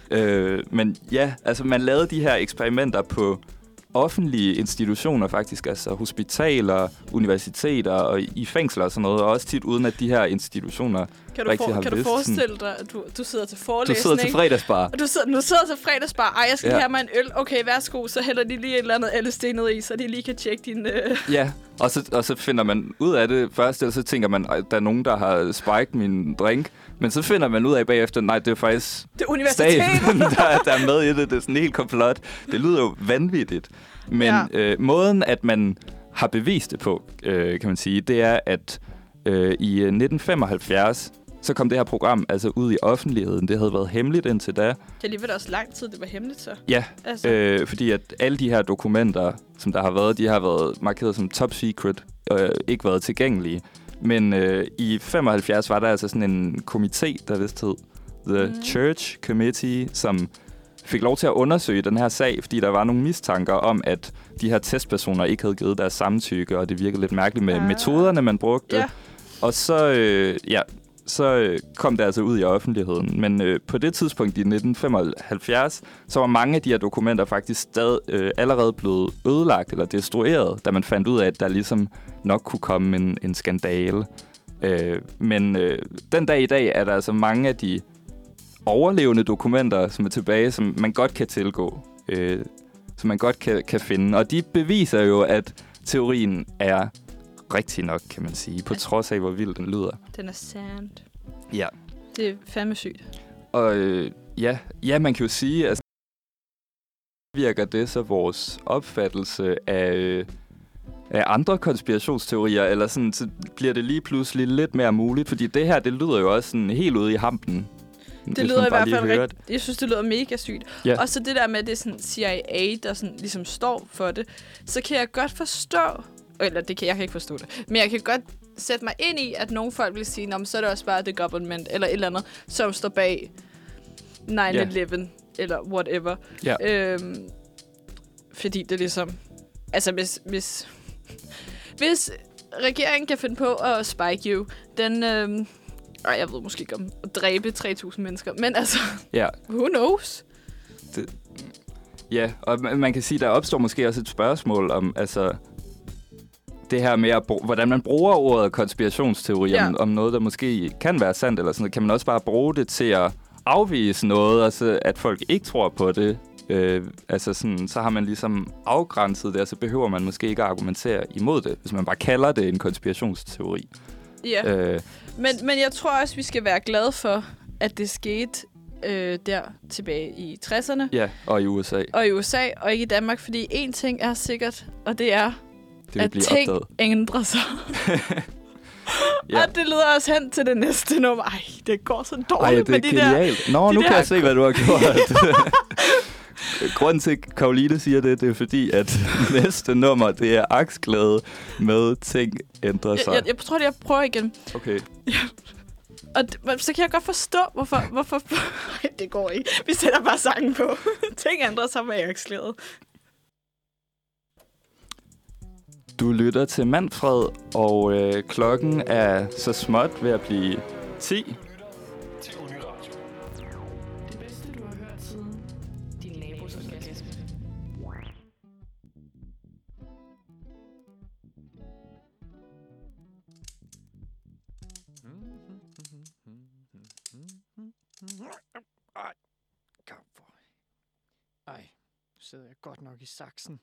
Øh, men ja, altså man lavede de her eksperimenter på offentlige institutioner faktisk, altså hospitaler, universiteter og i fængsler og sådan noget, og også tit uden at de her institutioner Kan du, rigtig for, har kan du vidst, forestille dig, at du, du sidder til Du forelæsning? sidder til fredagsbar. Og du sidder, nu sidder til fredagsbar. Ej, jeg skal Ja. ja. have mig en øl. Okay, værsgo. Så hælder de lige et eller andet L S D ned i, så de lige kan tjekke din... Øh... Ja, og så, og så finder man ud af det først, og så tænker man, at der er nogen, der har spiked min drink. Men så finder man ud af bagefter, nej, det er faktisk Det er universitetet. staten, der, der er med i det. Det er sådan helt komplot. Det lyder jo vanvittigt. Men Ja. øh, måden, at man har bevist det på, øh, kan man sige, det er, at øh, i nitten femoghalvfjerds, så kom det her program altså ud i offentligheden. Det havde været hemmeligt indtil da. Det er alligevel også lang tid, det var hemmeligt så. Ja, Altså. øh, fordi at alle de her dokumenter, som der har været, de har været markeret som top secret, og øh, ikke været tilgængelige. Men øh, i femoghalvfjerds var der altså sådan en komité, der vist hed The Mm. Church Committee, som fik lov til at undersøge den her sag, fordi der var nogle mistanker om, at de her testpersoner ikke havde givet deres samtykke, og det virkede lidt mærkeligt med Ah. metoderne, man brugte. Ja. Og så, øh, ja, så øh, kom det altså ud i offentligheden. Men øh, på det tidspunkt i nitten femoghalvfjerds, så var mange af de her dokumenter faktisk stadig, øh, allerede blevet ødelagt eller destrueret, da man fandt ud af, at der ligesom nok kunne komme en, en skandale. Øh, men øh, den dag i dag er der altså mange af de overlevende dokumenter, som er tilbage, som man godt kan tilgå. Øh, som man godt kan, kan finde. Og de beviser jo, at teorien er rigtig nok, kan man sige, på trods af, hvor vild den lyder. Den er sandt. Ja. Det er fandme sygt. Og øh, ja, ja, man kan jo sige, at virker det så vores opfattelse af, øh, af andre konspirationsteorier, eller sådan, så bliver det lige pludselig lidt mere muligt, fordi det her, det lyder jo også sådan helt ude i hampen. Det lyder i hvert fald rigtigt. Jeg synes, det lyder mega sygt. Yeah. Og så det der med, at det er sådan C I A, der sådan ligesom står for det, så kan jeg godt forstå, eller det kan jeg kan ikke forstå det, men jeg kan godt sætte mig ind i, at nogle folk vil sige, så er det også bare the government, eller et eller andet, som står bag nine eleven, yeah. eller whatever. Yeah. Øhm, fordi det er ligesom, altså hvis, hvis, hvis regeringen kan finde på at spike you, den... Øhm, Ej, jeg ved måske ikke om at dræbe tre tusind mennesker, men altså, ja. Who knows? Det, ja, og man kan sige, der opstår måske også et spørgsmål om, altså, det her med, at, hvordan man bruger ordet konspirationsteori, ja. om, om noget, der måske kan være sandt, eller sådan noget. Kan man også bare bruge det til at afvise noget, altså at folk ikke tror på det? Øh, altså sådan, så har man ligesom afgrænset det, og så behøver man måske ikke at argumentere imod det, hvis man bare kalder det en konspirationsteori. Ja, øh, men, men jeg tror også, vi skal være glade for, at det skete øh, der tilbage i tresserne. Ja, og i U S A. Og i U S A, og ikke i Danmark, fordi én ting er sikkert, og det er, det at ting opdaget. ændrer sig. Ja. Og det leder os hen til det næste nummer. Ej, det går så dårligt med de der... Ej, det er genialt. Nå, de nu der... kan jeg se, hvad du har gjort. Grunden til, at Karoline siger det, det er fordi, at næste nummer, det er aksglæde med ting ændrer sig. Jeg, jeg, jeg tror, at jeg prøver igen. Okay. Ja. Og d- så kan jeg godt forstå, hvorfor... hvorfor nej, det går ikke. Vi sætter bare sangen på. Ting ændrer sig med aksglæde. Du lytter til Manfred, og øh, klokken er så småt ved at blive ti. Ej, Ej, nu sidder jeg godt nok i saksen.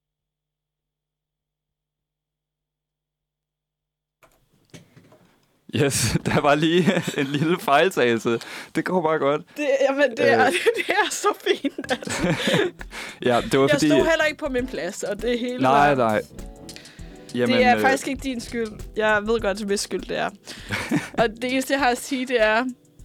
Yes, der var lige en lille fejltagelse. Det går bare godt. Det, jamen, det er, øh. det er så fint. Altså. Ja, det var jeg fordi... stod heller ikke på min plads, og det hele Nej, var... nej. Jamen, det er øh... faktisk ikke din skyld. Jeg ved godt, hvis skyld det er. Og det eneste, jeg har at sige, det er,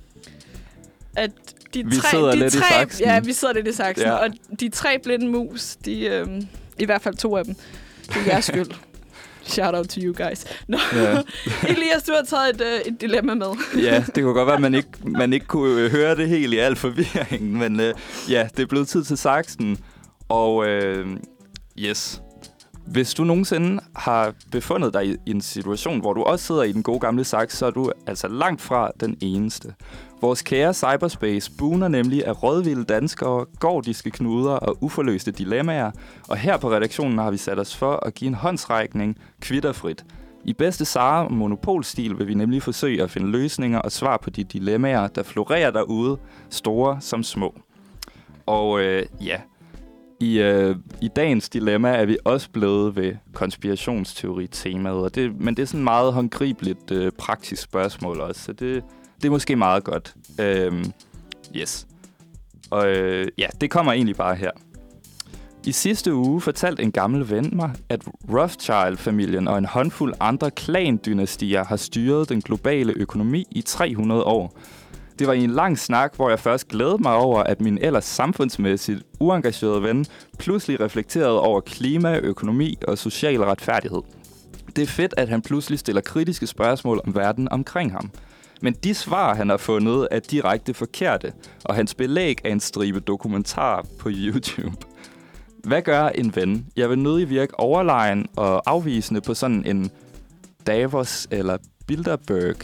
at de vi tre... sidder de lidt tre, i saksen. Ja, vi sidder lidt i saksen. Ja. Og de tre blinde mus, de, øh, i hvert fald to af dem, det er jeres skyld. Shout out to you guys. Nå. Ja. Elias, du har taget et, uh, et dilemma med. Ja, det kunne godt være, at man ikke, man ikke kunne høre det helt i al forvirringen. Men uh, ja, det er blevet tid til saksen. Og uh, yes. Hvis du nogensinde har befundet dig i, i en situation, hvor du også sidder i den gode gamle saks, så er du altså langt fra den eneste. Vores kære cyberspace buner nemlig af rådvilde danskere, gordiske knuder og uforløste dilemmaer, og her på redaktionen har vi sat os for at give en håndsrækning kvitterfrit. I bedste Sara monopolstil vil vi nemlig forsøge at finde løsninger og svar på de dilemmaer, der florerer derude, store som små. Og øh, ja, i, øh, i dagens dilemma er vi også blevet ved konspirationsteori-temaet, og det, men det er sådan et meget håndgribeligt øh, praktisk spørgsmål også, så det... Det er måske meget godt. Øhm, yes. Og øh, ja, det kommer egentlig bare her. I sidste uge fortalte en gammel ven mig, at Rothschild-familien og en håndfuld andre klandynastier har styret den globale økonomi i tre hundrede år. Det var i en lang snak, hvor jeg først glædede mig over, at min ellers samfundsmæssigt uengagerede ven pludselig reflekterede over klima, økonomi og social retfærdighed. Det er fedt, at han pludselig stiller kritiske spørgsmål om verden omkring ham. Men de svar, han har fundet, er direkte forkerte, og hans belæg er en stribe dokumentar på YouTube. Hvad gør en ven? Jeg vil nødig virke overlegen og afvisende på sådan en Davos eller Bilderberg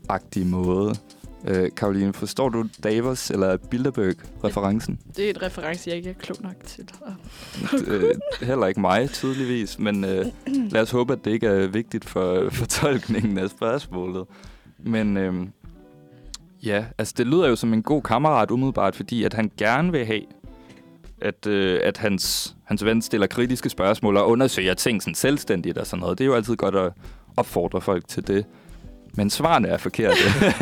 agtig måde. Øh, Karoline, forstår du Davos eller Bilderberg-referencen? Det er et reference, jeg ikke er klog nok til. øh, heller ikke mig, tydeligvis. Men øh, lad os håbe, at det ikke er vigtigt for, for tolkningen af spørgsmålet. Men øh, ja, altså det lyder jo som en god kammerat umiddelbart, fordi at han gerne vil have, at, øh, at hans, hans ven stiller kritiske spørgsmål og undersøger ting sådan selvstændigt og sådan noget. Det er jo altid godt at opfordre folk til det. Men svarene er forkerte.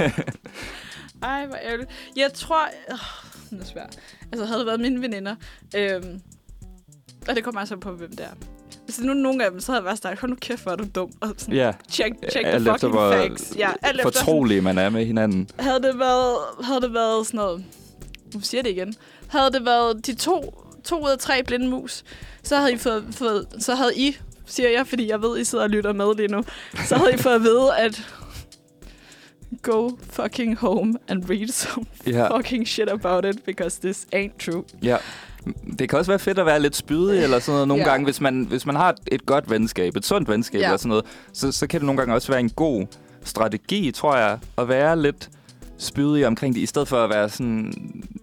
Ej, hvor ærgerligt. Jeg tror... Øh, det er svært. Altså, havde det været mine veninder... Øhm, og det kommer altså på, hvem det er. Hvis det nu nogen af dem, så havde jeg været stærkt. Hold nu kæft, hvor er du dum. Og sådan, ja. check, check alt the fucking efter, facts. Ja, alt efter fortrolige man er med hinanden. Havde det været, havde det været sådan noget... Nu siger jeg det igen. Havde det været de to, to ud af tre blinde mus, så havde I fået... fået så havde I, siger jeg, fordi jeg ved, I sidder og lytter med lige nu, så havde I fået at vide, at... Go fucking home and read some yeah. fucking shit about it, because this ain't true. Ja. Det kan også være fedt at være lidt spydig eller sådan noget nogle yeah. gange, hvis man, hvis man har et, et godt venskab, et sundt venskab yeah. eller sådan noget, så, så kan det nogle gange også være en god strategi, tror jeg, at være lidt spydig omkring det, i stedet for at være sådan...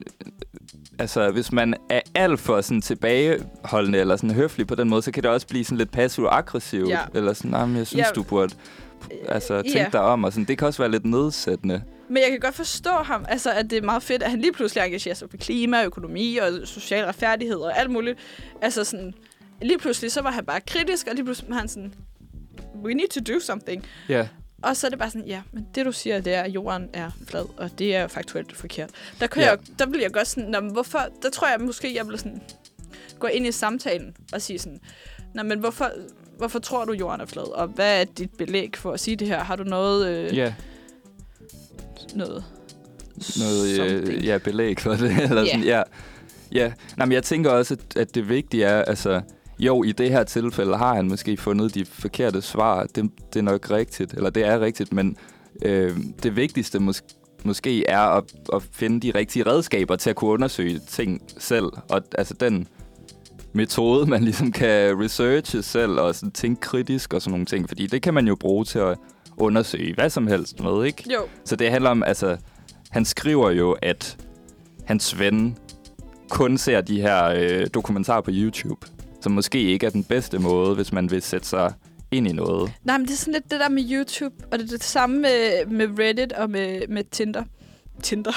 Altså, hvis man er alt for sådan tilbageholdende eller sådan høflig på den måde, så kan det også blive sådan lidt passiv-aggressiv. Yeah. Eller sådan, nah, jeg synes, yeah. du burde... Altså, tænk yeah. dig om, og sådan. Det kan også være lidt nedsættende. Men jeg kan godt forstå ham, altså, at det er meget fedt, at han lige pludselig engagerer sig på klima, økonomi og social retfærdighed og alt muligt. Altså sådan, lige pludselig så var han bare kritisk, og lige pludselig var han sådan, we need to do something. Ja. Yeah. Og så er det bare sådan, ja, men det du siger, det er, at jorden er flad, og det er faktuelt forkert. Der, kan yeah. jeg, der vil jeg godt sådan, nå, men hvorfor, der tror jeg måske, jeg vil sådan gå ind i samtalen og sige sådan, nå, men hvorfor... Hvorfor tror du, jorden er flad? Og hvad er dit belæg for at sige det her? Har du noget... Øh, yeah. Noget... Noget øh, ja, belæg for det. Eller yeah. sådan, ja. Ja. Nå, men jeg tænker også, at, at det vigtige er... Altså, jo, i det her tilfælde har han måske fundet de forkerte svar. Det, det er nok rigtigt. Eller det er rigtigt. Men øh, det vigtigste mås- måske er at, at finde de rigtige redskaber til at kunne undersøge ting selv. Og altså den... metode, man ligesom kan researche selv og sådan tænke kritisk og sådan nogle ting. Fordi det kan man jo bruge til at undersøge hvad som helst med, ikke? Jo. Så det handler om, altså, han skriver jo, at hans ven kun ser de her øh, dokumentarer på YouTube, som måske ikke er den bedste måde, hvis man vil sætte sig ind i noget. Nej, men det er sådan lidt det der med YouTube, og det er det samme med, med Reddit og med, med Tinder. Tinder.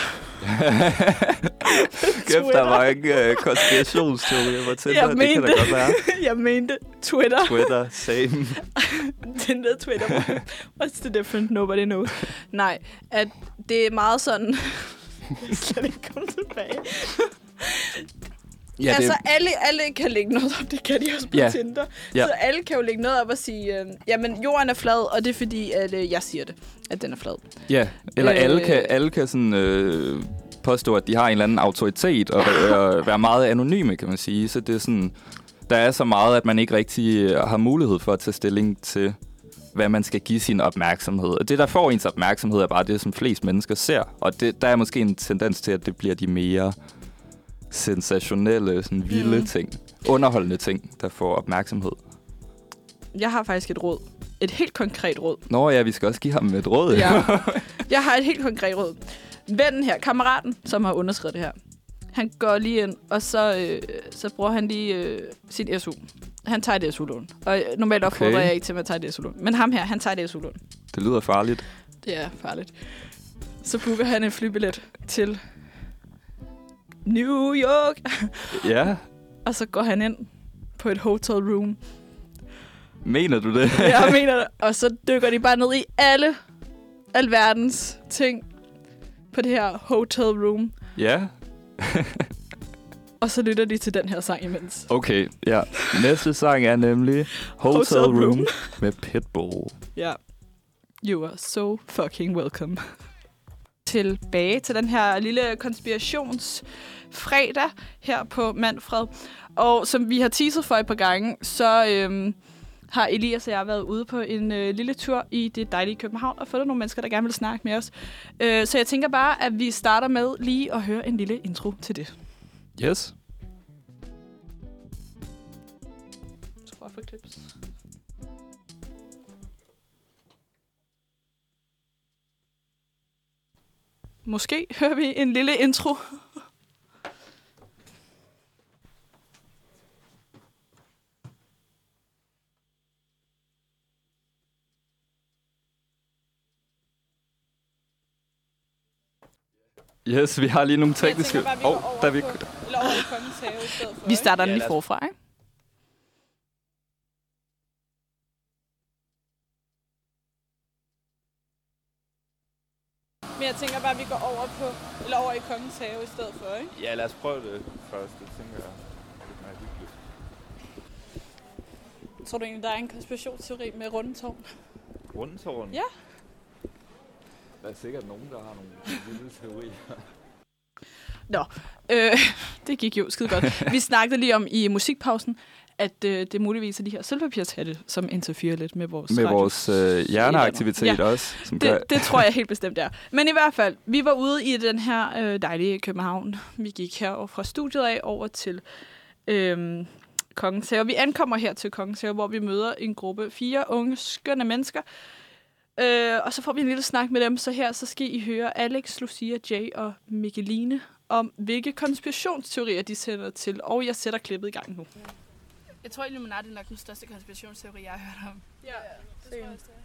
Kæft, der var ikke uh, konspirationsteorier på Tinder. Jeg det mente, kan da godt være. Jeg mente Twitter. Twitter, same. Tinder, Twitter. What's the difference? Nobody knows. Nej, at det er meget sådan... Jeg skal ikke komme tilbage. Ja, altså, det... alle, alle kan lægge noget op. Det kan de også på yeah. Tinder. Yeah. Så alle kan jo lægge noget op og sige, øh, jamen, jorden er flad, og det er fordi, at øh, jeg siger det, at den er flad. Ja, yeah. eller øh, alle kan, alle kan sådan, øh, påstå, at de har en eller anden autoritet, og øh, være meget anonyme, kan man sige. Så det er sådan, der er så meget, at man ikke rigtig har mulighed for at tage stilling til, hvad man skal give sin opmærksomhed. Og det, der får ens opmærksomhed, er bare det, som flest mennesker ser. Og det, der er måske en tendens til, at det bliver de mere... sensationelle, sådan vilde mm. ting. Underholdende ting, der får opmærksomhed. Jeg har faktisk et råd. Et helt konkret råd. Nå ja, vi skal også give ham et råd. Ja. Jeg har et helt konkret råd. Vennen her, kammeraten, som har underskrevet det her, han går lige ind, og så, øh, så bruger han lige øh, sin S U. Han tager det S U-lån. Og normalt opfordrer okay. jeg ikke til, at man tager det S U-lån. Men ham her, han tager det S U-lån. Det lyder farligt. Det er farligt. Så booker han en flybillet til... New York. Ja. Og så går han ind på et hotel room. Mener du det? Ja, jeg mener det. Og så dykker de bare ned i alle alverdens ting på det her hotel room. Ja. Og så lytter de til den her sang imens. Okay, ja. Næste sang er nemlig Hotel, hotel room. room med Pitbull. Ja. You are so fucking welcome. Tilbage til den her lille konspirationsfredag her på Manfred. Og som vi har teaset for et par gange, så øhm, har Elias og jeg været ude på en øh, lille tur i det dejlige København og fundet nogle mennesker, der gerne vil snakke med os. Øh, så jeg tænker bare, at vi starter med lige at høre en lille intro til det. Yes. Så for clips. måske hører vi en lille intro. Yes, vi har lige nogle tekniske... Jeg tænker bare, vi går over, oh, der vi... på, eller over i Kongens Have i stedet for. Vi starter den Ja, lige lad os- forfra, ikke? Men jeg tænker bare, vi går over på, eller over i Kongens Have i stedet for, ikke? Ja, lad os prøve det først. Det tænker jeg er lidt mere hyggeligt. Tror du egentlig, der er en konspirationsteori med rundetårn? Rundetårn? Ja. Der er sikkert nogen, der har nogle vilde teorier. Nå, øh, det gik jo skide godt. Vi snakkede lige om i musikpausen, at øh, det muligvis er de her sølvpapirshatte, som interferer lidt med vores Med radio. vores øh, hjerneaktivitet Ja. også. Som gør... Det, det tror jeg helt bestemt er. Men i hvert fald, vi var ude i den her øh, dejlige København. Vi gik her fra studiet af over til øh, Kongens Have. Vi ankommer her til Kongens Have, hvor vi møder en gruppe fire unge, skønne mennesker. Øh, og så får vi en lille snak med dem. Så her så skal I høre Alex, Lucia, Jay og Mikkeline om, hvilke konspirationsteorier de sender til. Og jeg sætter klippet i gang nu. Jeg tror, Illuminati er nok den største konspirationsteori, jeg har hørt om. Ja, det tror jeg også, det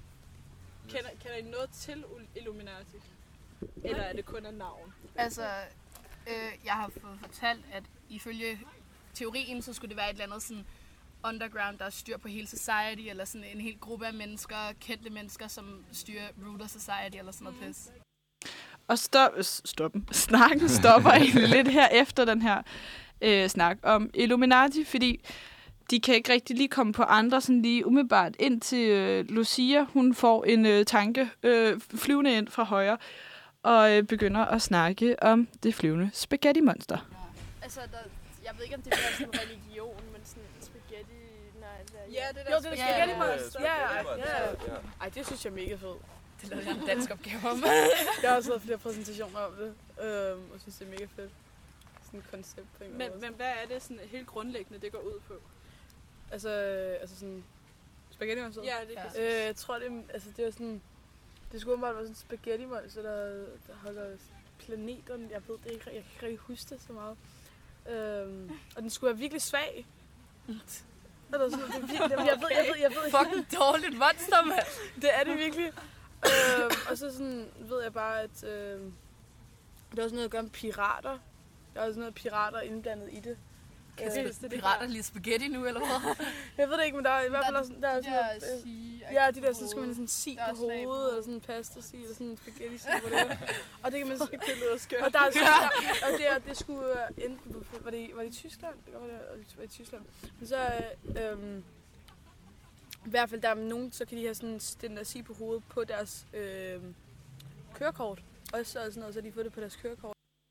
er. Kender, kender I noget til Illuminati? Eller er det kun et navn? Altså, øh, jeg har fået fortalt, at ifølge teorien, så skulle det være et eller andet sådan underground, der styrer på hele society, eller sådan en hel gruppe af mennesker, kendte mennesker, som styrer ruler society, eller sådan noget pis. Og stop, stoppen. Snakken stopper egentlig lidt her efter den her øh, snak om Illuminati, fordi de kan ikke rigtig lige komme på andre sådan lige umiddelbart, indtil øh, Lucia, hun får en øh, tanke øh, flyvende ind fra højre, og øh, begynder at snakke om det flyvende spaghetti-monster. Altså, der, jeg ved ikke, om det er sådan en religion, men sådan spaghetti... Nej, det er, Ja, det der jo, det er spaghetti-monster. Ja, Ja, ja, ja. Ej, det synes jeg er mega fedt. Det lavede jeg en dansk opgave om. Jeg har også lavet flere præsentationer om det, øhm, og synes, det er mega fedt. Sådan et koncept på en Men, måde. men hvad er det sådan helt grundlæggende, det går ud på? Altså, altså sådan... Spaghetti-monster? Ja, det kan øh, Jeg tror, det er, altså, det er sådan... Det skulle bare være sådan en spaghetti-monster, der, der holder planeterne. Jeg ved det ikke, jeg kan ikke rigtig huske det så meget. Øhm, og den skulle være virkelig svag. Eller sådan, det er virkelig, jeg ved, jeg ved, jeg ved ikke. Fucking dårligt monster, mand. Det er det virkelig. øhm, og så sådan, ved jeg bare, at øhm, der er også noget at gøre med pirater. Der er også noget pirater indblandet i det. Kan øh, det pirater lige spaghetti nu, eller hvad? Jeg ved det ikke, men der er i hvert fald Der- også der er sådan der noget, er øh, sige- ja, de der, så skal man sådan si Der er på slag på hovedet, eller sådan en pasta si, eller sådan en spaghetti si, whatever. Og det kan man så det lyder skørt. Og der er sådan, der, og det, er, det skulle øh, enten på, var det, var det i Tyskland? Det var det, var det i Tyskland. Men så, øh, øhm, i hvert fald der er nogen, så kan de have sådan den der si på hovedet på deres øh, kørekort. Og så sådan noget, så har de fået det på deres kørekort.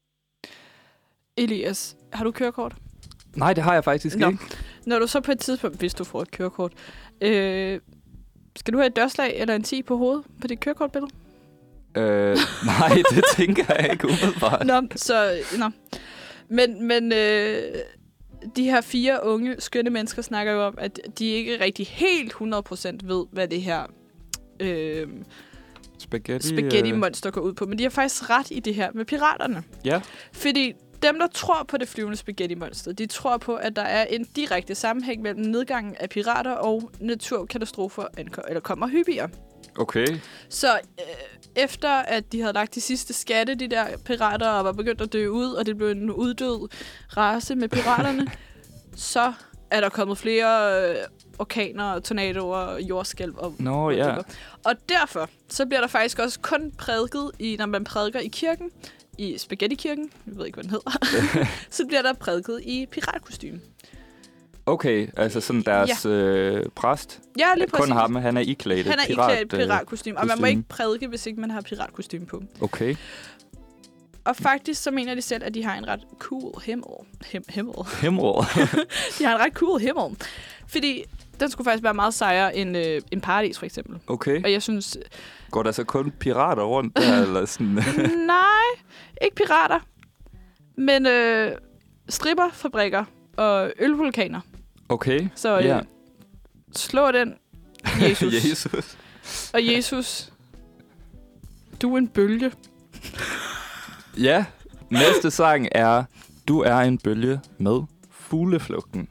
Elias, har du kørekort? Nej, det har jeg faktisk Nå. ikke. Når du så på et tidspunkt, hvis du får et kørekort, øh, skal du have et dørslag eller en ti på hovedet på dit kørekortbillede? Øh, nej, det tænker jeg ikke umiddelbart. Nå, så, nå. Men, men øh, de her fire unge, skønne mennesker snakker jo om, at de ikke rigtig helt hundrede procent ved, hvad det her øh, Spaghetti, spaghetti-monster går ud på. Men de har faktisk ret i det her med piraterne. Ja. Fordi dem, der tror på det flyvende spaghetti-monster, de tror på, at der er en direkte sammenhæng mellem nedgangen af pirater og naturkatastrofer anko- eller kommer hyppigere. Okay. Så øh, efter at de havde lagt de sidste skatte, de der pirater, og var begyndt at dø ud, og det blev en uddød race med piraterne, så er der kommet flere øh, orkaner, tornadoer, jordskælv og Nå, ja. Og derfor så bliver der faktisk også kun prædiket, i, når man prædiker i kirken, i Spaghetti-kirken, jeg ved ikke, hvad den hedder, så bliver der prædiket i piratkostyme. Okay, altså sådan deres Ja. øh, præst. Ja, lige præcis. Kun ham, han er iklædt Han er pirat, iklædt piratkostyme, og man må kostume. ikke prædike, hvis ikke man har piratkostyme på. Okay. Og faktisk så mener de selv, at de har en ret cool himmel. Him- himmel. Himmel. De har en ret cool himmel. Fordi den skulle faktisk være meget sejere end, øh, end Paradis, for eksempel. Okay. Og jeg synes... Går der så kun pirater rundt der, eller sådan? Nej, ikke pirater. Men øh, stripperfabrikker og ølvulkaner. Okay, Så øh, ja. slå den, Jesus. Jesus. Og Jesus, du er en bølge. Ja, næste sang er Du er en bølge med Fugleflugten.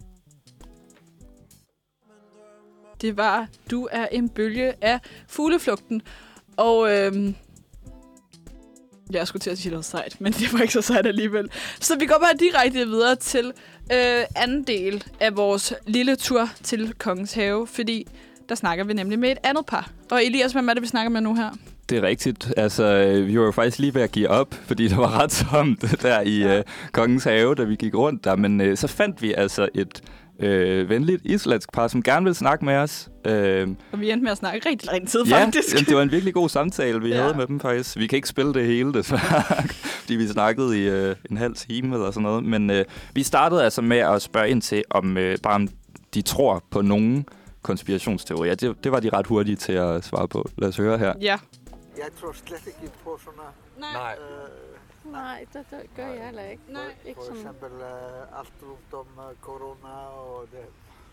Det var Du er en bølge af Fugleflugten. Og øhm, jeg skulle til at sige noget sejt, men det var ikke så sejt alligevel. Så vi går bare direkte videre til øh, anden del af vores lille tur til Kongens Have, fordi der snakker vi nemlig med et andet par. Og Elias, hvem er det, vi snakker med nu her? Det er rigtigt. Altså, vi var jo faktisk lige ved at give op, fordi der var ret tomt der i ja. øh, Kongens Have, da vi gik rundt der. Men øh, så fandt vi altså et øh, venligt islandsk par, som gerne ville snakke med os. Øh, og vi endte med at snakke rigtig lang tid, ja, faktisk. Ja, det var en virkelig god samtale, vi ja. havde med dem faktisk. Vi kan ikke spille det hele, desværre, fordi vi snakkede i øh, en halv time eller sådan noget. Men øh, vi startede altså med at spørge ind til, om øh, bare om de tror på nogen konspirationsteorier. Det, det var de ret hurtige til at svare på. Lad os høre her. Ja. Jeg tror slet ikke på sådan noget. Nej. Øh, Nej, det, det gør jeg heller ikke. Nej. For, ikke for sådan. eksempel uh, alt rundt om uh, corona og det.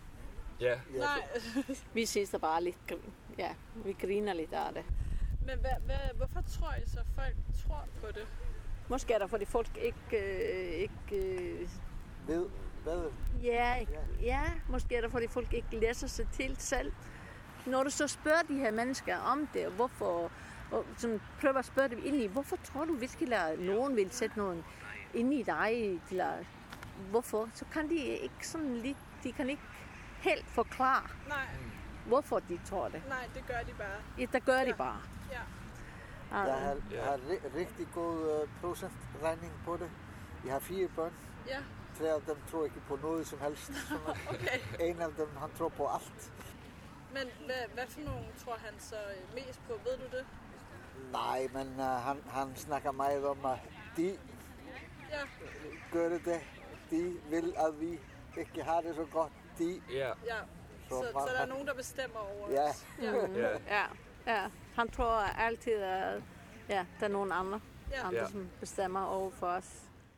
Ja. Ja, Nej. Vi synes der bare lidt, grin- ja, vi griner lidt af det. Men hvad, hvad, hvorfor tror I så, folk tror på det? Måske er der, fordi folk ikke... Øh, ikke øh, ved, hvad? ja, ikke, ja, måske er der, fordi folk ikke læser sig til selv. Når du så spørger de her mennesker om det, og hvorfor... Og sådan prøver at spørge dem ind i, hvorfor tror du virkelig, at nogen vil sætte nogen ind i dig? Eller hvorfor? Så kan de ikke sådan lidt... De kan ikke helt forklare, Nej. hvorfor de tror det. Nej, det gør de bare. Ja, det gør ja. de bare. Ja. Jeg har, jeg har ri- rigtig god uh, procentregning på det. Jeg har fire børn. Ja. Tre af dem tror ikke på noget som helst. Okay. En af dem, han tror på alt. Men hvad, hvad for nogen tror han så mest på? Ved du det? Nej, men uh, han, han snakker meget om, at de ja. gør det. De vil, at vi ikke har det så godt. De. Ja. ja. Så, så, så der er nogen, der bestemmer over ja. os. Ja. Ja. ja. ja. Han tror altid, at ja, der er nogen andre, ja. andre ja. som bestemmer over for os.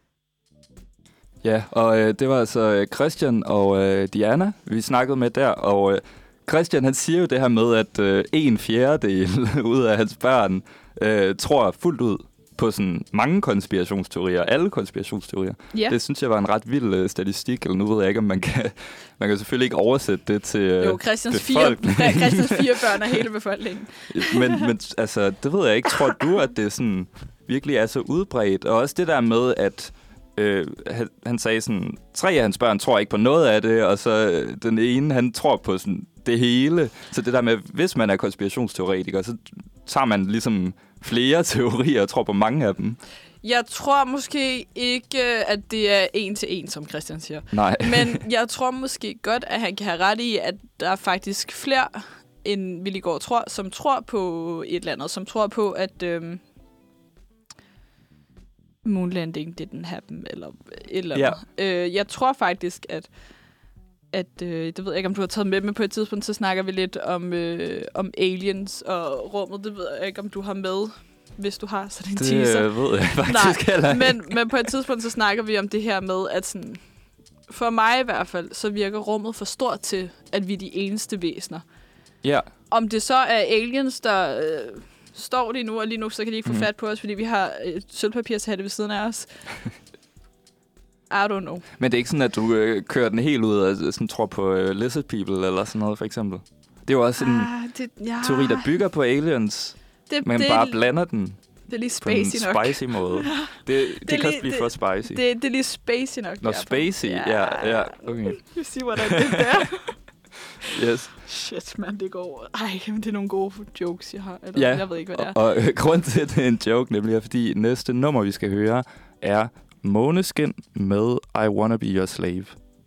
Ja, og øh, det var altså Christian og øh, Diana, vi snakkede med der, og øh, Christian han siger jo det her med, at øh, en fjerdedel ud af hans børn øh, tror fuldt ud på sådan mange konspirationsteorier, alle konspirationsteorier. Ja. Det synes jeg var en ret vild øh, statistik, eller nu ved jeg ikke, om man kan, man kan selvfølgelig ikke oversætte det til øh, jo, Christians fire, Christians fire børn er hele befolkningen. men, men altså, det ved jeg ikke. Tror du, at det sådan virkelig er så udbredt? Og også det der med, at øh, han, han sagde sådan, tre af hans børn tror ikke på noget af det, og så øh, den ene, han tror på sådan det hele. Så det der med, hvis man er konspirationsteoretiker, så tager man ligesom flere teorier og tror på mange af dem. Jeg tror måske ikke, at det er en til en, som Christian siger. Nej. Men jeg tror måske godt, at han kan have ret i, at der er faktisk flere, end vi lige går tror, som tror på et eller andet. Som tror på, at øhm, moonlanding didn't happen, eller et eller andet. Ja. Øh, jeg tror faktisk, at at, øh, det ved jeg ikke, om du har taget med mig på et tidspunkt, så snakker vi lidt om, øh, om aliens og rummet. Det ved jeg ikke, om du har med, hvis du har sådan en det teaser. Det ved jeg faktisk Nej, heller men, men på et tidspunkt, så snakker vi om det her med, at sådan, for mig i hvert fald, så virker rummet for stort til, at vi er de eneste væsener. Ja. Om det så er aliens, der øh, står lige nu, og lige nu, så kan de ikke få mm. fat på os, fordi vi har et sølvpapirshatte ved siden af os. I don't know. Men det er ikke sådan, at du øh, kører den helt ud og sådan, tror på øh, lizard people eller sådan noget, for eksempel? Det er jo også en ah, det, ja. teori, der bygger på aliens. Det, man det, bare blander den det er lige på en spacey nok. spicy måde. Det, det, det kan lige, også blive det, for spicy. Det, det er lige spacey nok. Nå, spacey? Ja, ja, ja. Okay. Du siger, hvordan det er. Yes. Shit, man, det går. Ej, men det er nogle gode jokes, jeg har. Eller, ja, jeg ved ikke, hvad det er. Og, og øh, grund til, at det er en joke, nemlig er, fordi næste nummer, vi skal høre, er Måneskin med I Wanna Be Your Slave.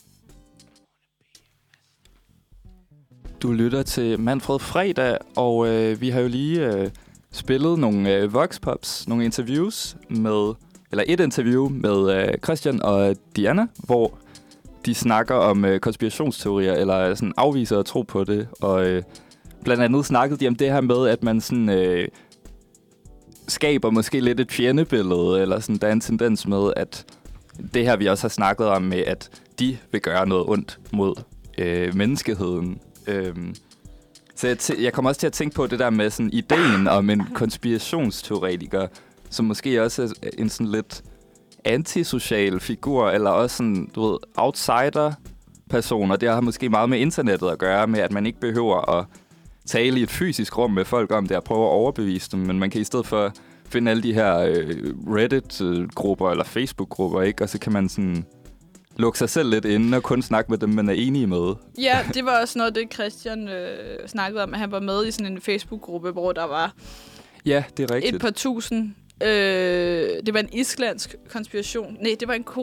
Du lytter til Manfred Fredag, og øh, vi har jo lige øh, spillet nogle øh, voxpops, nogle interviews med, eller et interview med øh, Christian og Diana, hvor de snakker om øh, konspirationsteorier, eller sådan afviser at tro på det, og øh, blandt andet snakkede de om det her med, at man sådan øh, skaber måske lidt et fjendebillede, eller sådan, der er en tendens med, at det her vi også har snakket om med, at de vil gøre noget ondt mod øh, menneskeheden. Øhm, så jeg, t- jeg kommer også til at tænke på det der med sådan ideen om en konspirationsteoretiker som måske også er en sådan lidt antisocial figur, eller også sådan, du ved, outsider-personer. Det har måske meget med internettet at gøre, med at man ikke behøver at tale i et fysisk rum med folk om det og prøve at overbevise dem, men man kan i stedet for finde alle de her øh, Reddit-grupper eller Facebook-grupper, ikke? Og så kan man sådan lukke sig selv lidt inde og kun snakke med dem, man er enige med. Ja, det var også noget, det Christian øh, snakkede om, at han var med i sådan en Facebook-gruppe, hvor der var ja, det er rigtigt. et par tusind. Øh, det var en islandsk konspiration. Nej, det var en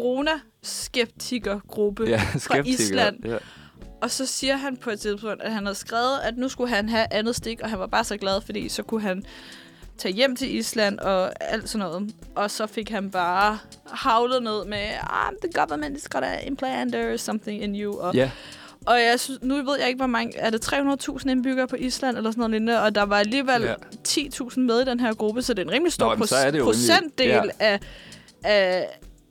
corona-skeptiker-gruppe ja, fra Island. Ja. Og så siger han på et tidspunkt, at han havde skrevet, at nu skulle han have andet stik, og han var bare så glad, fordi så kunne han tage hjem til Island og alt sådan noget. Og så fik han bare havlet ned med, ah, the government is gonna implant or something in you. Og, yeah. og jeg synes, nu ved jeg ikke, hvor mange, er det tre hundrede tusind indbyggere på Island eller sådan noget lignende, og der var alligevel yeah. ti tusind med i den her gruppe, så det er en rimelig stor Nå, pros- procentdel yeah. af, af,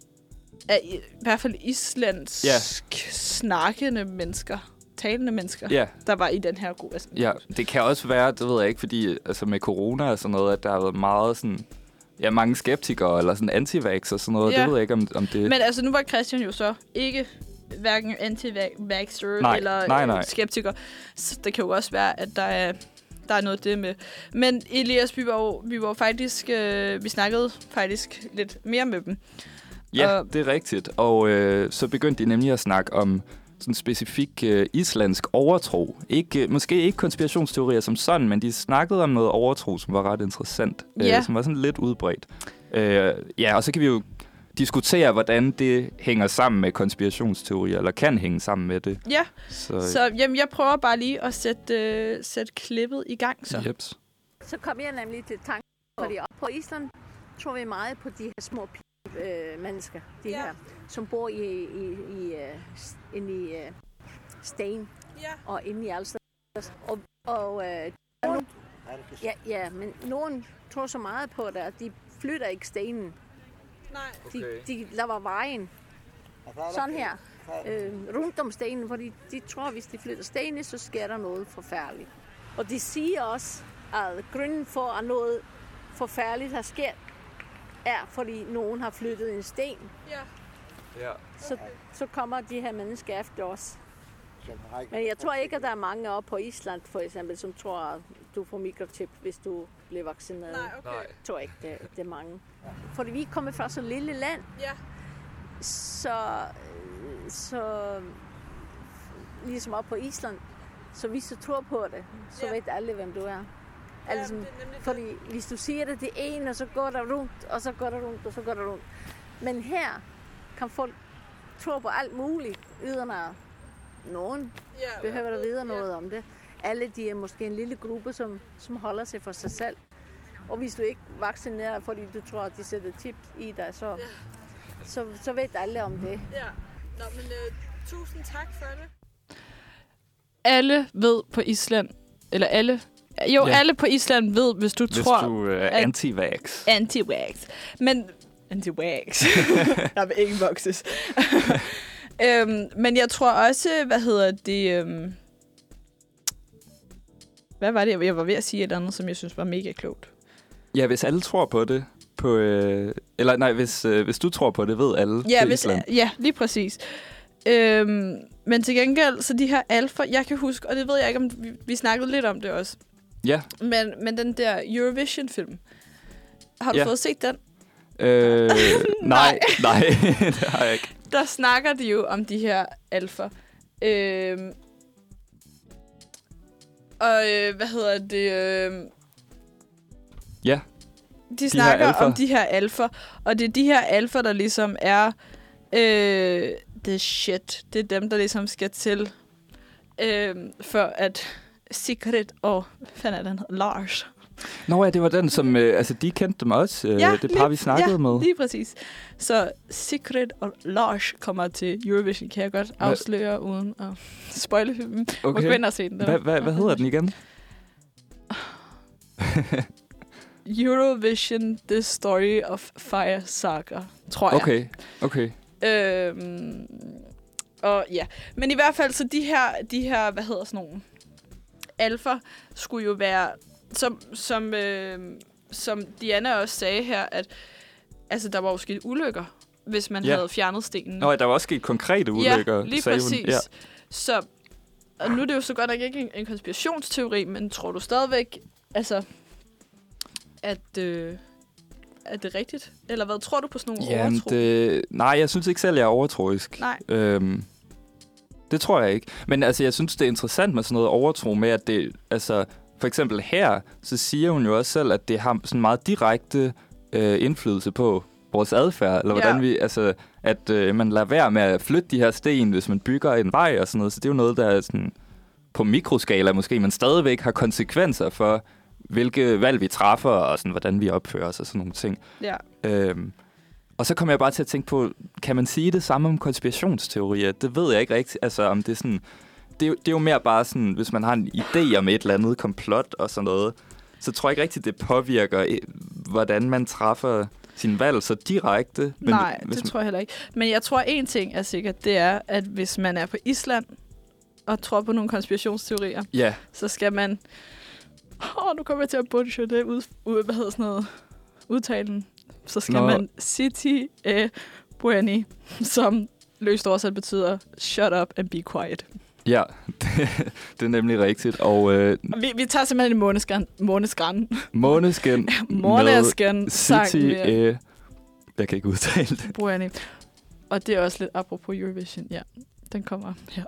af i hvert fald islandsk yeah. snakkende mennesker. talende mennesker, ja. der var i den her gruppe. Ja, det kan også være, det ved jeg ikke, fordi altså med corona og sådan noget, at der har været meget sådan, ja, mange skeptikere eller sådan anti-vax og sådan noget. Ja. Det ved jeg ikke, om, om det... Men altså, nu var Christian jo så ikke hverken anti-vaxxer nej, eller nej, nej. skeptiker. Så det kan jo også være, at der er, der er noget af det med. Men Elias, vi var jo, vi var faktisk, øh, vi snakkede faktisk lidt mere med dem. Ja, og det er rigtigt. Og øh, så begyndte de nemlig at snakke om sådan specifik øh, islandsk overtro. Ikke, måske ikke konspirationsteorier som sådan, men de snakkede om noget overtro, som var ret interessant. Ja. Øh, som var sådan lidt udbredt. Øh, ja, og så kan vi jo diskutere, hvordan det hænger sammen med konspirationsteorier, eller kan hænge sammen med det. Ja, så, så jamen, jeg prøver bare lige at sætte, øh, sætte klippet i gang. Så. Jeps. Så kom jeg nemlig til tanken, fordi op på Island tror vi meget på de her små øh, mennesker, de ja. her, som bor i, i, i, uh, inde i uh, sten ja. og inde i Alstad. Og, og uh, nogen, ja, ja, men nogen tror så meget på det, at de flytter ikke stenen. Nej. De, okay. de laver vejen sådan her øh, rundt om stenen, fordi de tror, at hvis de flytter stenen, så sker der noget forfærdeligt. Og de siger også, at grunden for, at noget forfærdeligt har sket, er, fordi nogen har flyttet en sten. Ja. Ja. Så, så kommer de her mennesker efter os. Men jeg tror ikke, at der er mange oppe på Island, for eksempel, som tror, at du får mikrochip, hvis du bliver vaccineret. Nej, okay. Jeg tror ikke, det, det er mange. Fordi vi kommer fra så lille land, ja. så, så ligesom oppe på Island, så hvis du tror på det, så ja. ved alle, hvem du er. Altså, ja, fordi hvis du siger det, det er en, og så går der rundt, og så går der rundt, og så går der rundt. Men her kan folk tro på alt muligt, uden at nogen ja, behøver at vide ja. noget om det. Alle de er måske en lille gruppe, som, som holder sig for sig selv. Og hvis du ikke vaccinerer, fordi du tror, at de sætter chips i dig, så, ja. så, så ved alle om det. Ja. Nå, men uh, tusind tak for det. Alle ved på Island, eller alle... Jo, ja. alle på Island ved, hvis du hvis tror... Hvis du er uh, anti-vax. Anti-vax. Men... Anti-vax. Der vil ikke vokses. øhm, men jeg tror også, hvad hedder det... Øhm, hvad var det? Jeg var ved at sige et andet, som jeg synes var mega klogt. Ja, hvis alle tror på det, på... Øh, eller nej, hvis, øh, hvis du tror på det, ved alle ja, på hvis, Island. Ja, lige præcis. Øhm, men til gengæld, så de her alfa... Jeg kan huske, og det ved jeg ikke, om vi, vi snakkede lidt om det også. Ja. Men, men den der Eurovision-film, har du ja. fået set den? Øh, nej, nej, det har jeg ikke. Der snakker de jo om de her alfa. Øhm, og øh, hvad hedder det? Øh, ja. De, de snakker om de her alfa, og det er de her alfa, der ligesom er øh, the shit. Det er dem, der ligesom skal til, øh, for at Sigrid og hvad fanden er den, Lars. Nå ja, det var den, som... Øh, altså, de kendte dem også. Øh, ja, det par, vi snakkede ja, med. lige præcis. Så Sigrid og Lars kommer til Eurovision, kan jeg godt afsløre, Hva? uden at spoile filmen. Okay. Må gå ind og se den. Hva, hva, hvad hedder den igen? Eurovision, The Story of Fire Saga, tror jeg. Okay, okay. Øhm, og ja, men i hvert fald, så de her, de her hvad hedder sådan nogle, alfa, skulle jo være... Som, som, øh, som Diana også sagde her, at altså, der var jo sket ulykker, hvis man ja. havde fjernet stenen. Nå, der var også sket konkrete ulykker, ja, lige sagde præcis. hun. Ja. Så, og nu er det jo så godt nok ikke en, en konspirationsteori, men tror du stadigvæk, altså, at, øh, at det er rigtigt? Eller hvad, tror du på sådan nogle Jamen, overtro? det, nej, jeg synes ikke selv, jeg er overtroisk. Nej. Øhm, det tror jeg ikke. Men altså, jeg synes, det er interessant med sådan noget overtro med, at det, altså, for eksempel her, så siger hun jo også selv, at det har sådan meget direkte øh, indflydelse på vores adfærd, eller hvordan ja. vi, altså, at øh, man lader være med at flytte de her sten, hvis man bygger en vej og sådan noget. Så det er jo noget, der er sådan på mikroskala måske, men stadigvæk har konsekvenser for, hvilke valg vi træffer, og sådan, hvordan vi opfører os og sådan nogle ting. Ja. Øhm, og så kommer jeg bare til at tænke på, kan man sige det samme om konspirationsteorier? Det ved jeg ikke rigtigt. Altså, om det er sådan... Det er, det er jo mere bare sådan, hvis man har en idé om et eller andet komplot og sådan noget, så tror jeg ikke rigtigt, det påvirker, hvordan man træffer sin valg så direkte. Men Nej, hvis det man... tror jeg heller ikke. Men jeg tror, en ting er sikkert, det er, at hvis man er på Island og tror på nogle konspirationsteorier, ja. så skal man... Åh, oh, nu kommer jeg til at butcher det ud, ud, hvad hedder sådan noget, udtalen. Så skal Nå. man City e Bueni, som løst oversat betyder shut up and be quiet. Ja, det, det er nemlig rigtigt. Og, øh, vi, vi tager simpelthen en måneskan. Måneskan. Måneskan. Måneskan. City e... Jeg kan ikke udtale det. Bueni. Og det er også lidt apropos Eurovision. Ja, den kommer her.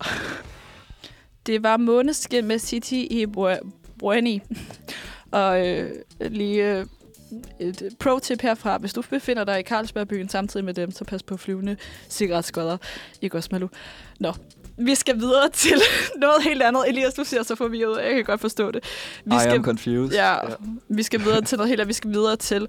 Det var Måneskin med City e Bueni. Og øh, lige øh, et pro-tip herfra. Hvis du befinder dig i Carlsbergbyen samtidig med dem, så pas på flyvende cigaretskodder i Gosmalu. Nå, vi skal videre til noget helt andet. Elias, du siger så forvirret. Jeg kan godt forstå det. Vi I skal, am confused. Ja, yeah. Vi skal videre til noget helt andet. Vi skal videre til...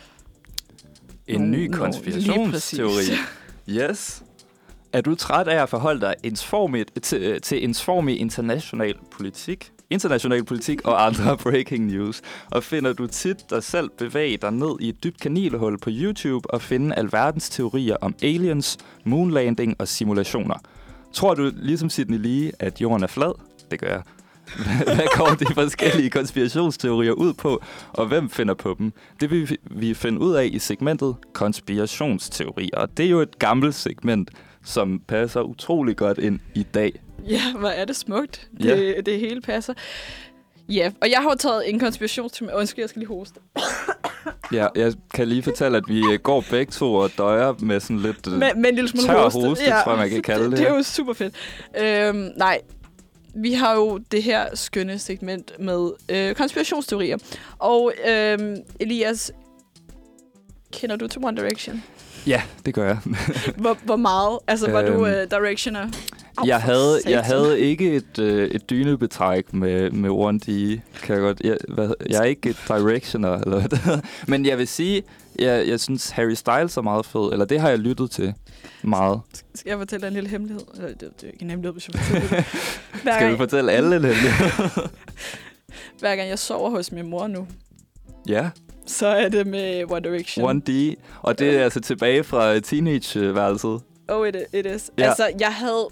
En ny konspirationsteori. Yes. Er du træt af at forholde dig ensformigt, til, til ensformig international politik? International politik og andre breaking news. Og finder du tit dig selv bevæge dig ned i et dybt kaninhul på YouTube og finde alverdens teorier om aliens, moonlanding og simulationer? Tror du, ligesom Sydney Lee, at jorden er flad? Det gør jeg. Hvad går de forskellige konspirationsteorier ud på, og hvem finder på dem? Det vil vi finde ud af i segmentet konspirationsteorier. Og det er jo et gammelt segment, som passer utrolig godt ind i dag. Ja, hvor er det smukt. Det, ja. det hele passer. Ja, og jeg har taget en konspirationsteori. Undskyld, jeg skal lige hoste. Ja, jeg kan lige fortælle, at vi går begge to og døjer med sådan lidt med, med en lille smule tør hoste, hoste, ja. tror jeg, man kan kalde det. Det, det er jo super fedt. Øhm, nej, vi har jo det her skønne segment med øh, konspirationsteorier. Og øh, Elias, kender du til One Direction? Ja, det gør jeg. hvor, hvor meget? Altså, var øhm, du øh, Directioner? Oh, jeg, havde, jeg havde ikke et, øh, et dynebetræk med, med one D, kan jeg godt. Jeg, hvad, jeg er ikke et Directioner, eller hvad det hedder. Men jeg vil sige, jeg, jeg synes, Harry Styles er meget fed. Eller det har jeg lyttet til meget. Skal jeg fortælle en lille hemmelighed? Eller, det, det er ikke en hemmelighed, hvis jeg fortæller det. Skal gang, vi fortælle alle en hemmelighed? Hver gang jeg sover hos min mor nu, ja. så er det med One Direction. one D. Og det er altså tilbage fra teenage-værelset. Oh, it, it is. Ja. Altså, jeg havde...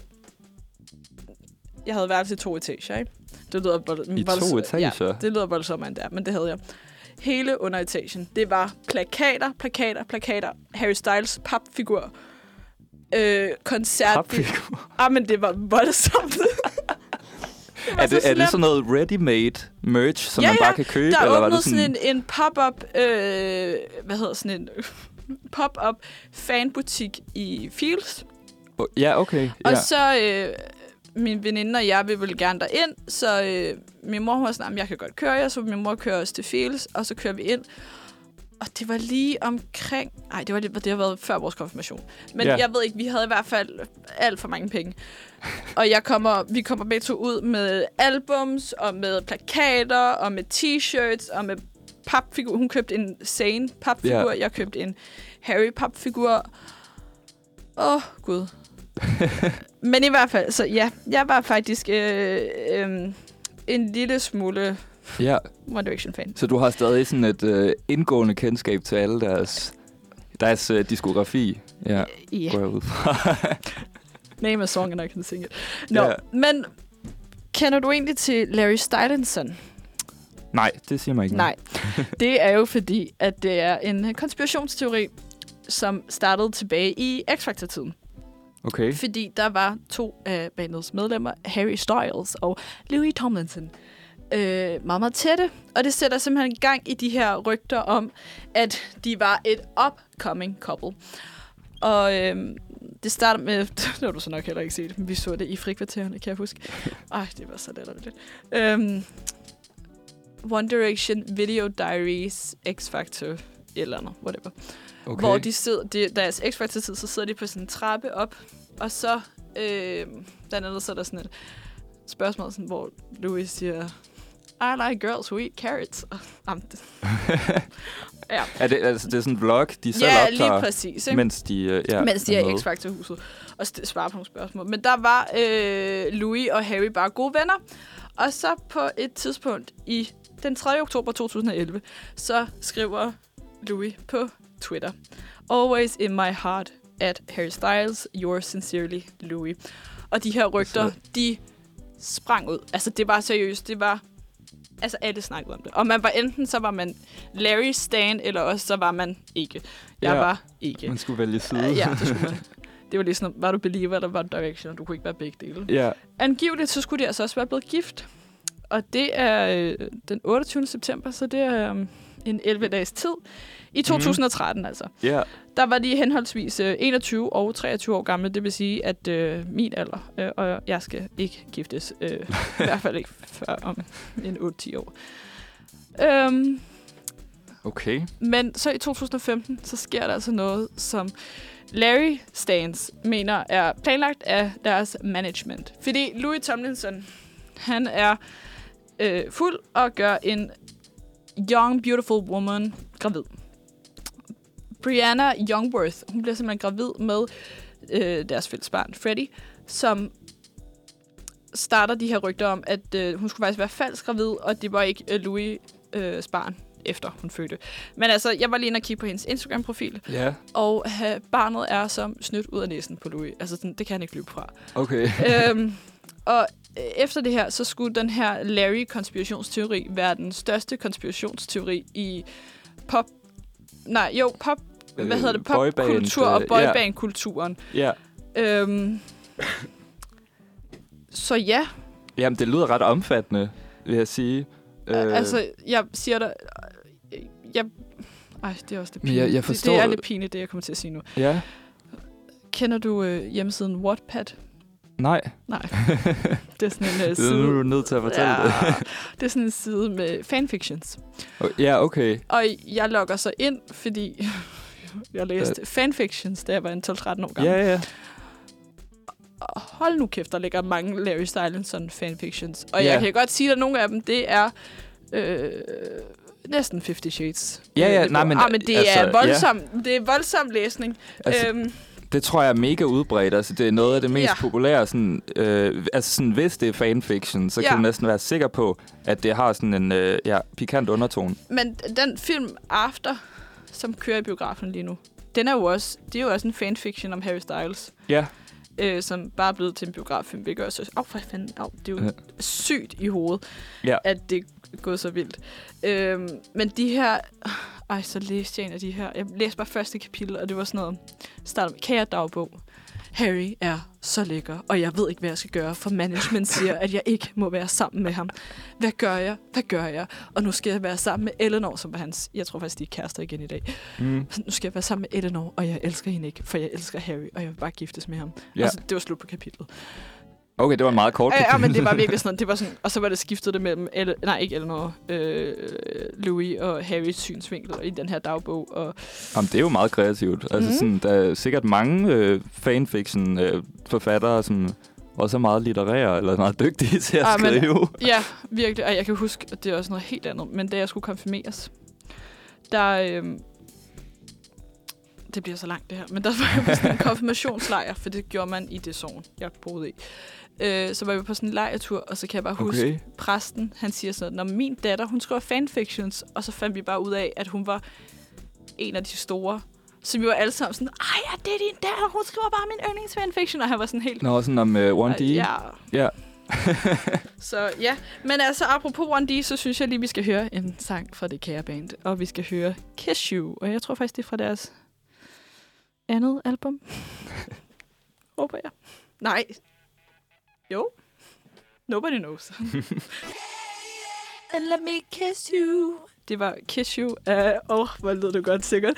Jeg havde værelse i to etager, ikke? Det lyder vold- I volds- to etager? Ja, det lyder voldsommere end der, men det havde jeg. Hele underetagen, det var plakater, plakater, plakater. Harry Styles papfigur. Øh, koncert... Papfigur? Ah, men det var voldsomt. Er det, er det sådan noget ready-made merch, som ja, man bare ja. kan købe? Der eller var åbnede det sådan sådan en, en pop-up, øh, hvad hedder sådan en pop-up fanbutik i Fields. Oh, ja, okay. Og ja. så øh, min veninde og jeg, vi ville gerne derind, så øh, min mor var sådan, jeg kan godt køre jer, så min mor kører os til Fields, og så kører vi ind. Og det var lige omkring... Nej, det var det, det har været før vores konfirmation. Men yeah. jeg ved ikke, vi havde i hvert fald alt for mange penge. Og jeg kommer, vi kommer begge to ud med albums, og med plakater, og med t-shirts, og med papfigur. Hun købte en Zayn papfigur, yeah. jeg købte en Harry papfigur. Åh, oh, gud. Men i hvert fald, så ja, jeg var faktisk øh, øh, en lille smule... Ja. One Direction-fan. Så du har stadig sådan et øh, indgående kendskab til alle deres, deres øh, diskografi? Ja, yeah. går jeg ud fra. Name a song and I can sing it. Nå, yeah. Men kender du egentlig til Larry Stylinson? Nej, det siger mig ikke Nej. Det er jo fordi, at det er en konspirationsteori, som startede tilbage i X-Factor-tiden. Okay. Fordi der var to af bandets medlemmer, Harry Styles og Louis Tomlinson, øh, meget, meget tætte. Og det sætter simpelthen i gang i de her rygter om, at de var et upcoming couple. Og øh, det starter med... Det har du så nok heller ikke set, men vi så det i frikvartererne, kan jeg huske. Ej, det var så latterligt. Øhm, One Direction, Video Diaries, X-Factor, eller andet, whatever. Okay. Hvor de sidder, de, deres X-Factor-tid, så sidder de på sådan en trappe op, og så, øh, dernede, så er der sådan et spørgsmål, sådan, hvor Louis siger, I like girls who eat carrots. Ja. Er det, altså, det er sådan en vlog, de selv ja, optager, lige præcis, ikke? mens de, uh, ja, mens de er i X-Factor-huset og st- svarer på nogle spørgsmål. Men der var øh, Louis og Harry bare gode venner. Og så på et tidspunkt i den tredje oktober to tusind og elleve, så skriver Louis på Twitter, Always in my heart at Harry Styles, yours sincerely, Louis. Og de her rygter, de sprang ud. Altså, det var seriøst. Det var... Altså, alle snakkede om det. Og man var enten, så var man Larry Stan, eller også, så var man ikke. Jeg ja, var ikke. Man skulle vælge side. Uh, ja, det skulle man. Det var ligesom, var du believer, eller var du direction? Du kunne ikke være begge dele. Ja. Angiveligt, så skulle de altså også være blevet gift. Og det er øh, den otteogtyvende september, så det er øh, en elleve dages tid. I to tusind og tretten, mm. altså. Ja. Yeah. Der var de henholdsvis øh, enogtyve og treogtyve år gamle. Det vil sige, at øh, min alder, øh, og jeg skal ikke giftes. Øh, I hvert fald ikke før om en otte til ti år. Øhm, okay. Men så i to tusind og femten, så sker der altså noget, som Larry Stans mener er planlagt af deres management. Fordi Louis Tomlinson, han er øh, fuld og gør en young, beautiful woman gravid. Brianna Youngworth, hun bliver simpelthen gravid med øh, deres fælles barn, Freddie, som starter de her rygter om, at øh, hun skulle faktisk være falsk gravid, og det var ikke øh, Louis' øh, barn, efter hun fødte. Men altså, jeg var lige inde og kigge på hendes Instagram-profil, ja. og øh, barnet er som snydt ud af næsen på Louis. Altså, sådan, det kan han ikke løbe fra. Okay. øhm, og efter det her, så skulle den her Larry-konspirationsteori være den største konspirationsteori i pop... Nej, jo, pop... Øh, hvad hedder det? Popkultur og boyband-kulturen. Ja. Yeah. Øhm, så ja. Jamen, det lyder ret omfattende, vil jeg sige. Øh. Altså, jeg siger dig... Jeg, ej, det er også det pinligt. Jeg, jeg forstår... det, det er lidt pinligt, det jeg kommer til at sige nu. Ja. Kender du øh, hjemmesiden Wattpad? Nej. Nej. Det er sådan en uh, side... Nu er du nødt til at fortælle ja, det. Det er sådan en side med fanfictions. Oh, ja, okay. Og jeg logger så ind, fordi jeg læste ja. fanfictions, da jeg var en tolv tretten år gammel. Ja, ja. Og hold nu kæft, der ligger mange Larry Stylinson fanfictions. Og ja. jeg kan godt sige, at nogle af dem, det er... Øh, næsten Fifty Shades. Ja, ja, nej, men... Ah, men det, altså, er voldsom, ja. det er voldsom læsning. Altså, øhm, det tror jeg er mega udbredt. Altså, det er noget af det mest ja. populære. Sådan, øh, altså, sådan, hvis det er fanfiction, så ja. kan du næsten være sikker på, at det har sådan en øh, ja, pikant undertone. Men den film After, som kører i biografen lige nu, den er jo også, det er jo også en fanfiction om Harry Styles. Ja. Øh, som bare er blevet til en biograffilm. Det gør så... Åh, oh, for fanden. Oh, det er jo ja. sygt i hovedet, ja. at det er gået så vildt. Øhm, men de her... Ej, så læste jeg en af de her. Jeg læste bare første kapitel, og det var sådan noget... Start med kære dagbog. Harry er så lækker, og jeg ved ikke, hvad jeg skal gøre, for management siger, at jeg ikke må være sammen med ham. Hvad gør jeg? Hvad gør jeg? Og nu skal jeg være sammen med Eleanor, som var hans... Jeg tror faktisk, de er kærester igen i dag. Mm. Nu skal jeg være sammen med Eleanor, og jeg elsker hende ikke, for jeg elsker Harry, og jeg vil bare giftes med ham. Ja. Altså, det var slut på kapitlet. Okay, det var en meget kort kapitel. Ja, men det var virkelig sådan, det var sådan, og så var det skiftet det mellem, Elle, nej ikke Eleanor, øh, Louis og Harrys synsvinkel i den her dagbog. Og Jamen, det er jo meget kreativt. Mm-hmm. Altså, sådan, der er sikkert mange øh, fanfiction-forfattere, øh, som også er meget litterære, eller meget dygtige til at ah, skrive. Men, ja, virkelig. Og jeg kan huske, at det er også noget helt andet, men da jeg skulle konfirmeres, der... Øh, det bliver så langt det her, men der var jo sådan en konfirmationslejr, for det gjorde man i det sogn, jeg boede i. Øh, så var vi på sådan en lejretur, og så kan jeg bare huske, okay. præsten, han siger sådan, når min datter, hun skriver fanfictions, og så fandt vi bare ud af, at hun var en af de store. Så vi var alle sammen sådan, ej, ja, det er din datter, hun skriver bare min yndlingsfanfiction, og han var sådan helt... Nå, sådan om uh, one D? Ja. Ja. Så ja, men altså apropos one D, så synes jeg lige, vi skal høre en sang fra det kære band. Og vi skal høre Kiss You. Og jeg tror faktisk, det er fra deres andet album. Håber jeg. Nej. Jo. Nobody knows. And let me kiss you. Det var Kiss You af... Åh, oh, hvor lyder det godt sikkert.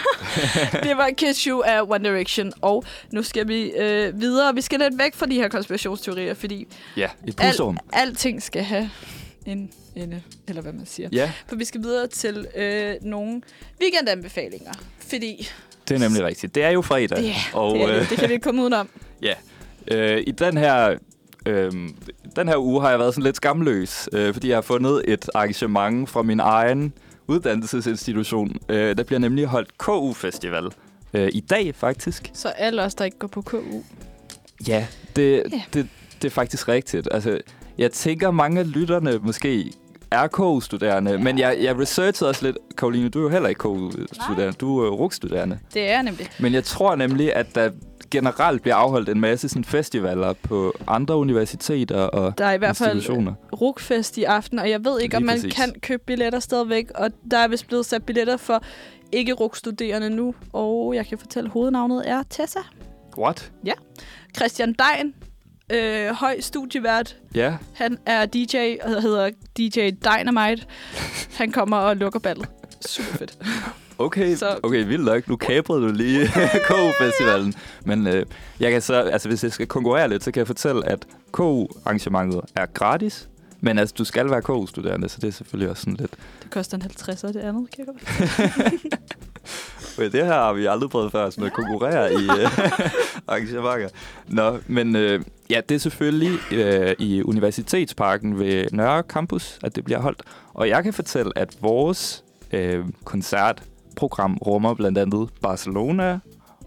Det var Kiss You af One Direction. Og nu skal vi øh, videre. Vi skal lidt væk fra de her konspirationsteorier, fordi... Ja, et pusterum. Al, alting skal have en ende, eller hvad man siger. Ja. For vi skal videre til øh, nogle weekendanbefalinger, fordi... Det er nemlig rigtigt. Det er jo fredag. Ja, og, det, er det. Øh, det kan vi ikke komme udenom. Ja. Øh, I den her... Øh, den her uge har jeg været sådan lidt skamløs, øh, fordi jeg har fundet et arrangement fra min egen uddannelsesinstitution. Øh, der bliver nemlig holdt K U-festival øh, i dag, faktisk. Så alle os, der ikke går på K U? Ja, det, Ja. det, det er faktisk rigtigt. Altså, jeg tænker, mange af lytterne måske er K U-studerende, ja. Men jeg, jeg researchede også lidt. Karoline, du er jo heller ikke K U-studerende. Du er R U K-studerende. Det er jeg nemlig. Men jeg tror nemlig, at der generelt bliver afholdt en masse sådan, festivaler på andre universiteter og Der er i hvert fald institutioner. Rukfest i aften, og jeg ved ikke, Lige om man præcis. kan købe billetter stadigvæk. Og der er vist blevet sat billetter for ikke-Ruk-studerende nu. Og jeg kan fortælle, at hovednavnet er Tessa. What? Ja. Christian Dein, øh, høj studievært. Ja. Han er D J og hedder D J Dynamite. Han kommer og lukker ballet. Super fedt. Okay, Så- okay, vildt nok. Nu kabrede du lige K U-festivalen. Men øh, jeg kan så, altså, hvis jeg skal konkurrere lidt, så kan jeg fortælle, at K U-arrangementet er gratis. Men altså, du skal være K U-studerende, så det er selvfølgelig også sådan lidt... Det koster en halvtredser, det andet, kan jeg godt. Okay, det her har vi aldrig prøvet før, sådan at konkurrere i øh, arrangementer. Nå, men øh, ja, det er selvfølgelig øh, i Universitetsparken ved Nørre Campus, at det bliver holdt. Og jeg kan fortælle, at vores øh, koncertprogram rummer blandt andet Barcelona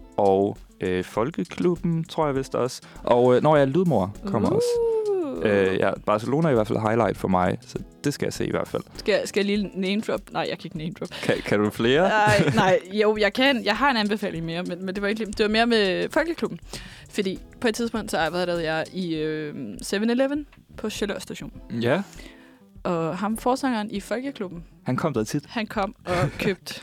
og øh, Folkeklubben, tror jeg vist også. Og øh, når jeg Lydmor kommer uh. også. Øh, ja, Barcelona er i hvert fald highlight for mig, så det skal jeg se i hvert fald. Skal, jeg- skal jeg lige name drop? Nej, jeg kan ikke name drop. Kan, kan du flere? Nej, nej, jo, jeg kan. Jeg har en anbefaling mere, men, men det var ikke lige, det var mere med Folkeklubben. Fordi på et tidspunkt, så arbejdede jeg i øh, seven eleven på Sjælør Station. Ja, Og ham, forsangeren i Folkeklubben, han kom der tit. han kom og købte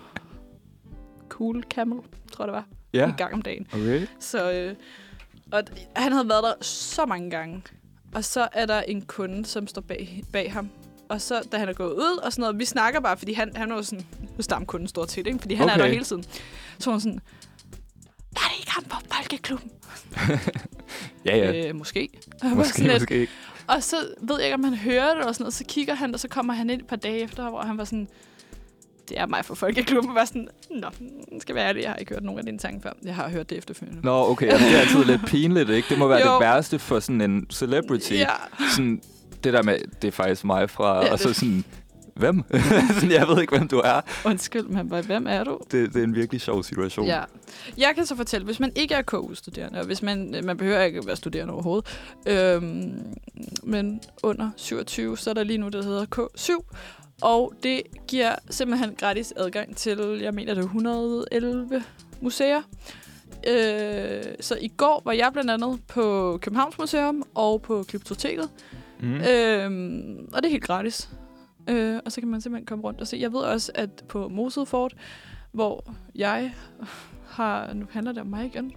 Cool Camel, tror jeg det var, Ja. en gang om dagen. Okay. Så øh, og d- han havde været der så mange gange. Og så er der en kunde, som står bag, bag ham. Og så, da han er gået ud og sådan noget, vi snakker bare, fordi han, han var jo sådan, nu stamkunden stort set, ikke? Fordi han Okay. er der hele tiden. Så var hun sådan, er det ikke ham på Folkeklubben? Ja, ja. Øh, måske. Og jeg var Måske, sådan lidt- måske ikke. Og så ved jeg ikke, om han hører det og sådan noget. Så kigger han, og så kommer han ind et par dage efter, hvor han var sådan, det er mig fra Folkeklubben. Og var sådan, nå, skal være ærlig, jeg har ikke hørt nogen af dine sange før. Jeg har hørt det efterfølgende. Nå, okay. Jamen, det er altid lidt pinligt, ikke? Det må være Jo. det værste for sådan en celebrity. Ja. Sådan, det der med, det er faktisk mig fra... Ja, og så det- sådan, hvem? Sådan, jeg ved ikke, hvem du er. Undskyld, men bare, hvem er du? Det, det er en virkelig sjov situation. Ja. Jeg kan så fortælle, hvis man ikke er K U-studerende, og hvis man, man behøver ikke at være studerende overhovedet, øhm, men under syvogtyve, så er der lige nu, det hedder K syv, og det giver simpelthen gratis adgang til, jeg mener det er et hundrede og elleve museer. Øh, så i går var jeg blandt andet på Københavns Museum og på Glyptoteket, Mm. øhm, og det er helt gratis. Øh, og så kan man simpelthen komme rundt og se. Jeg ved også, at på Mosede Fort, hvor jeg har... Nu handler det om mig igen.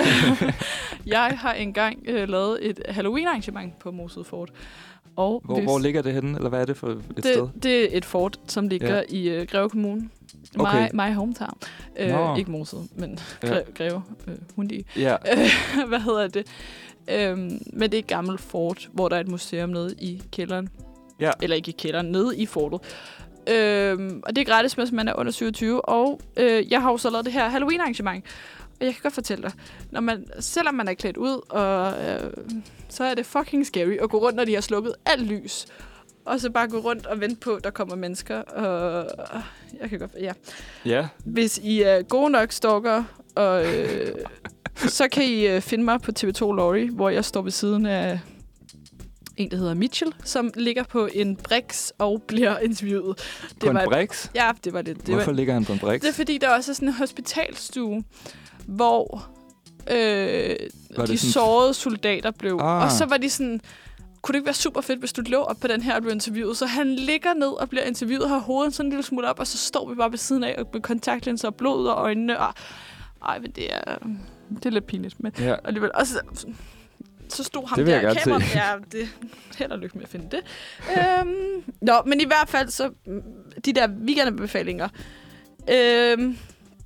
Jeg har engang øh, lavet et Halloween-arrangement på Mosede Fort. Og Hvor, hvis- hvor ligger det henne? Eller hvad er det for et sted? det, det er et fort, som ligger Ja. ja. i øh, Greve Kommune. Okay. My, my hometown. Nå. Øh, ikke Mosede, men Ja. Greve, Greve øh, Hundi. Ja. Øh, hvad hedder det? Øhm, men det er et gammelt fort, hvor der er et museum nede i kælderen. Ja. Eller ikke i kælderen, nede i fortet. Øhm, og det er gratis, hvis man er under syvogtyve. Og øh, jeg har jo så lavet det her Halloween-arrangement. Og jeg kan godt fortælle dig, når man, selvom man er klædt ud, og, øh, så er det fucking scary at gå rundt, når de har slukket alt lys. Og så bare gå rundt og vente på, at der kommer mennesker. Og jeg kan godt... Ja. Ja. Hvis I er gode nok stalker, og, øh, så kan I øh, finde mig på T V to Lorry, hvor jeg står ved siden af en, der hedder Mitchell, som ligger på en briks og bliver interviewet. Det På en var, briks? Ja, det var det. det Hvorfor var, ligger han på en briks? Det er fordi, der også er sådan en hospitalstue, hvor øh, Var de det sådan- sårede soldater blev. Ah. Og så var de sådan... kunne det ikke være super fedt, hvis du lå op på den her og blev interviewet? Så han ligger ned og bliver interviewet, har hovedet sådan en lille smule op, og så står vi bare ved siden af med kontaktlinser og blod ud af øjnene. Og, ej, men det er, det er lidt pinligt. Men ja. alligevel, og så, så stod ham det der kameraet. Ja, det held og lykke med at finde det. øhm, nå, men i hvert fald så de der weekendanbefalinger. Øhm,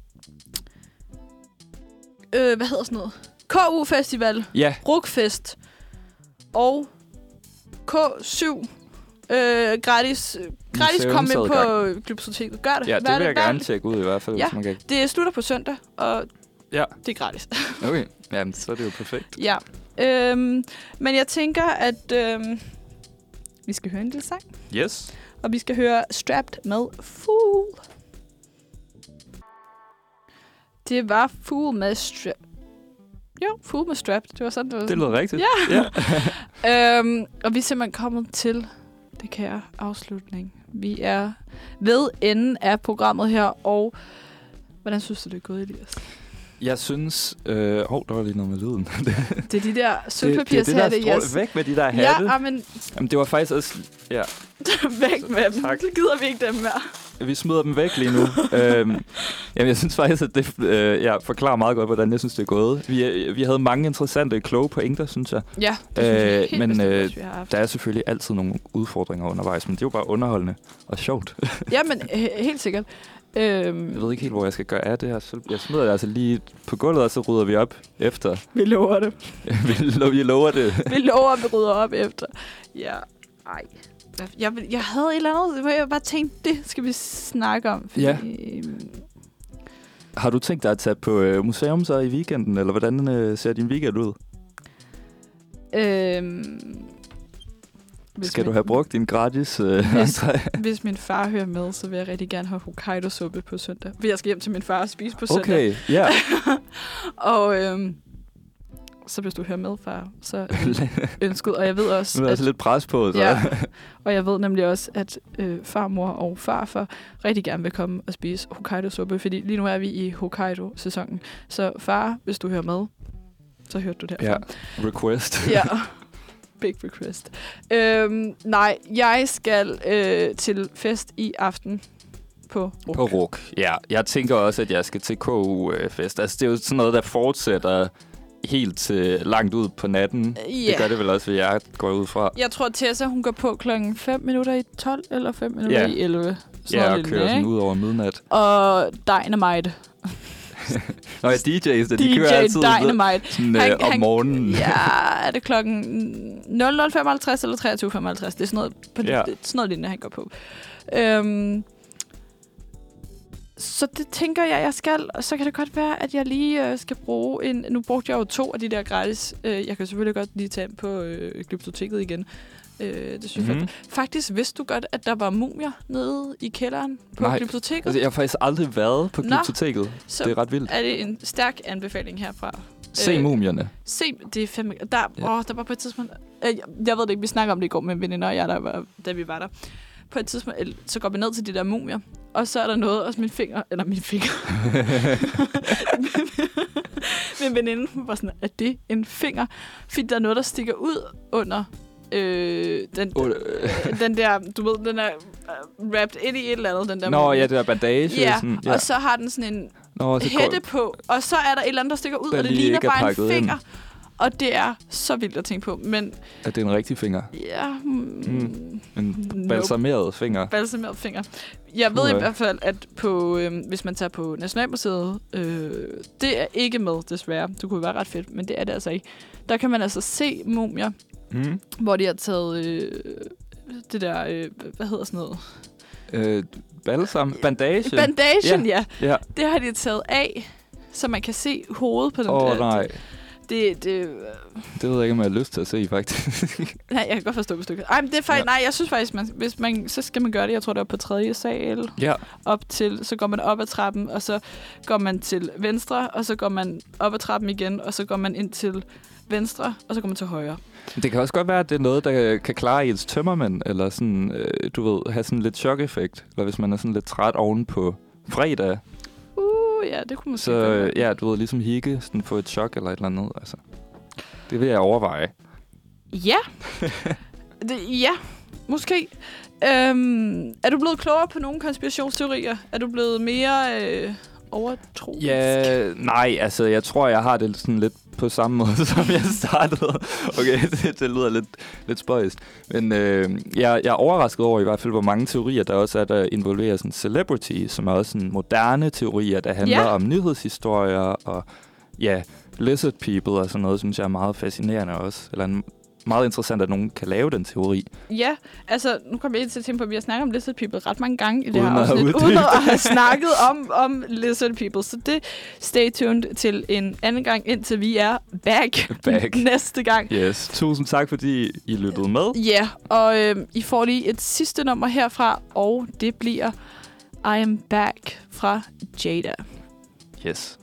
øh, hvad hedder sådan noget? K U Festival, ja. Rockfest og K syv øh, gratis, gratis komme ind på Glyptoteket. Gør det. Ja, det Hvad vil det, jeg gerne tjekke ud i hvert fald, ja, hvis man kan. Det slutter på søndag, og ja. det er gratis. Okay, jamen, så er det jo perfekt. Ja, øhm, men jeg tænker, at øhm, vi skal høre en lille sang. Yes. Og vi skal høre Strapped med Fool. Det var Fool med Strapped. Jo, Fool med Strapped. Det var sådan, det var. Det lyder rigtigt. Ja. ja. øhm, og vi er simpelthen kommet til det kære afslutning. Vi er ved enden af programmet her, og hvordan synes du, det er gået, Elias? Jeg synes... Øh, hov, der var lige noget med lyden. Det er de der sølvpapirshatte. Det, det er det der strål, væk med de der hatte. Ja, men... Jamen, det var faktisk også... Ja. væk med dem. Tak. Så gider vi ikke dem mere. Vi smider dem væk lige nu. øhm, jamen, jeg synes faktisk, at det øh, jeg forklarer meget godt, hvordan jeg synes, det er gået. Vi, vi havde mange interessante, kloge pointer, synes jeg. Ja, det synes jeg helt men bestemt, øh, også, vi har haft. Der er selvfølgelig altid nogle udfordringer undervejs, men det er jo bare underholdende og sjovt. Ja, men øh, helt sikkert. Øhm, jeg ved ikke helt, hvor jeg skal gøre af det her. Jeg smider det altså lige på gulvet, og så rydder vi op efter. Vi lover det. vi, lo- vi lover det. vi lover, at vi rydder op efter. Ja, ej. Jeg, jeg havde et eller andet, hvor jeg bare tænkte, det skal vi snakke om. Fordi, ja. Har du tænkt dig at tage på øh, museum så i weekenden, eller hvordan øh, ser din weekend ud? Øhm, skal min, du have brugt din gratis øh, hvis, hvis min far hører med, så vil jeg rigtig gerne have Hokkaido-suppe på søndag. For jeg skal hjem til min far og spise på søndag. Okay, ja. Yeah. og... Øhm, så hvis du hører med, far, så ønsket. Og jeg ved også... Nu er der altså lidt pres på, så. Ja, og jeg ved nemlig også, at øh, farmor og farfar rigtig gerne vil komme og spise Hokkaido-suppe, fordi lige nu er vi i Hokkaido-sæsonen. Så far, hvis du hører med, så hørte du derfra. Ja, request. Ja, big request. Øhm, nej, jeg skal øh, til fest i aften på Ruk. På Ruk, ja. Jeg tænker også, at jeg skal til K U-fest. Altså, det er jo sådan noget, der fortsætter helt til langt ud på natten. Yeah. Det gør det vel også, hvad jeg går ud fra. Jeg tror, Tessa, hun går på klokken fem minutter i tolv, eller fem minutter yeah. i elleve. Ja, og kører sådan ud over midnat. Og Dynamite. Nå ja, D J's, de D J kører altid Dynamite. sådan, han, øh, om han, morgenen. Ja, er det klokken nul nul femoghalvtreds eller treogtyve femoghalvtreds? Det er sådan noget, på yeah. det, sådan noget lignende, han går på. Øhm, Så det tænker jeg, jeg skal. Og så kan det godt være, at jeg lige øh, skal bruge en... Nu brugte jeg jo to af de der gratis. Øh, jeg kan selvfølgelig godt lige tage ind på øh, Glyptoteket igen. Øh, det synes mm-hmm. jeg. Faktisk vidste du godt, at der var mumier nede i kælderen på Nej, Glyptoteket? Altså, jeg har faktisk aldrig været på Glyptoteket. Så det er ret vildt. Er det en stærk anbefaling herfra. Se øh, mumierne. Se, det er fandme... Der, ja. åh, der var på et tidspunkt... Øh, jeg, jeg ved det ikke, vi snakker om det i går med veninder og jeg, der var, da vi var der. På et tidspunkt, så går vi ned til de der mumier, og så er der noget, og min finger, eller min finger. Min veninde var sådan, er det en finger? Fordi der er noget, der stikker ud under øh, den, uh, den der, du ved, den er uh, wrapped ind i et eller andet. Den der Nå, mumie. ja, det der bandage. Ja, sådan, ja, og så har den sådan en Nå, hætte på, og så er der et eller andet, der stikker ud, og det ligner bare en finger. Ind. Og det er så vildt at tænke på, men... Er det en rigtig finger? Ja. Mm, mm, en balsameret nope. finger. Balsameret finger. Jeg ved uh. i hvert fald, at på, øh, hvis man tager på Nationalmuseet, øh, det er ikke med, desværre. Det kunne være ret fedt, men det er det altså ikke. Der kan man altså se mumier, mm. hvor de har taget øh, det der, øh, hvad hedder sådan noget? Øh, balsam? Bandage? Bandagen, ja. ja. ja. Det har de taget af, så man kan se hovedet på den. Åh, oh, der. nej. Det, det, det ved jeg ikke, om jeg har lyst til at se, faktisk. Nej, jeg kan godt forstå, hvis du kan. Ej, men det er faktisk... Ja. Nej, jeg synes faktisk, man, hvis man, så skal man gøre det. Jeg tror, det er på tredje sal. Ja. Op til, så går man op ad trappen, og så går man til venstre, og så går man op ad trappen igen, og så går man ind til venstre, og så går man til højre. Det kan også godt være, at det er noget, der kan klare ens tømmermænd, eller sådan, øh, du ved, have sådan lidt chok-effekt, eller hvis man er sådan lidt træt oven på fredag. Ja, det kunne man så ja, du ved, ligesom hikke, sådan få et chok eller et eller andet, altså. Det vil jeg overveje. Ja. Det, ja, måske. Øhm, er du blevet klogere på nogle konspirationsteorier? Er du blevet mere øh, overtroisk? Ja, nej, altså jeg tror, jeg har det sådan lidt på samme måde, som jeg startede. Okay, det, det lyder lidt, lidt spøjst. Men øh, jeg, jeg er overrasket over i hvert fald, hvor mange teorier der også er, der involverer sådan celebrity, som er også sådan moderne teorier, der handler Ja. om nyhedshistorier og ja, lizard people og sådan noget, synes jeg er meget fascinerende også. Eller en, meget interessant, at nogen kan lave den teori. Ja, altså, nu kommer jeg ind til at tænke på, at vi har snakket om lizard people ret mange gange i det Uden her at have afsnit, uddybet. uden at have snakket om, om lizard people. Så det, stay tuned til en anden gang, indtil vi er back, Back. næste gang. Yes, tusind tak, fordi I lyttede med. Ja, og øh, I får lige et sidste nummer herfra, og det bliver I Am Back fra Jada. Yes.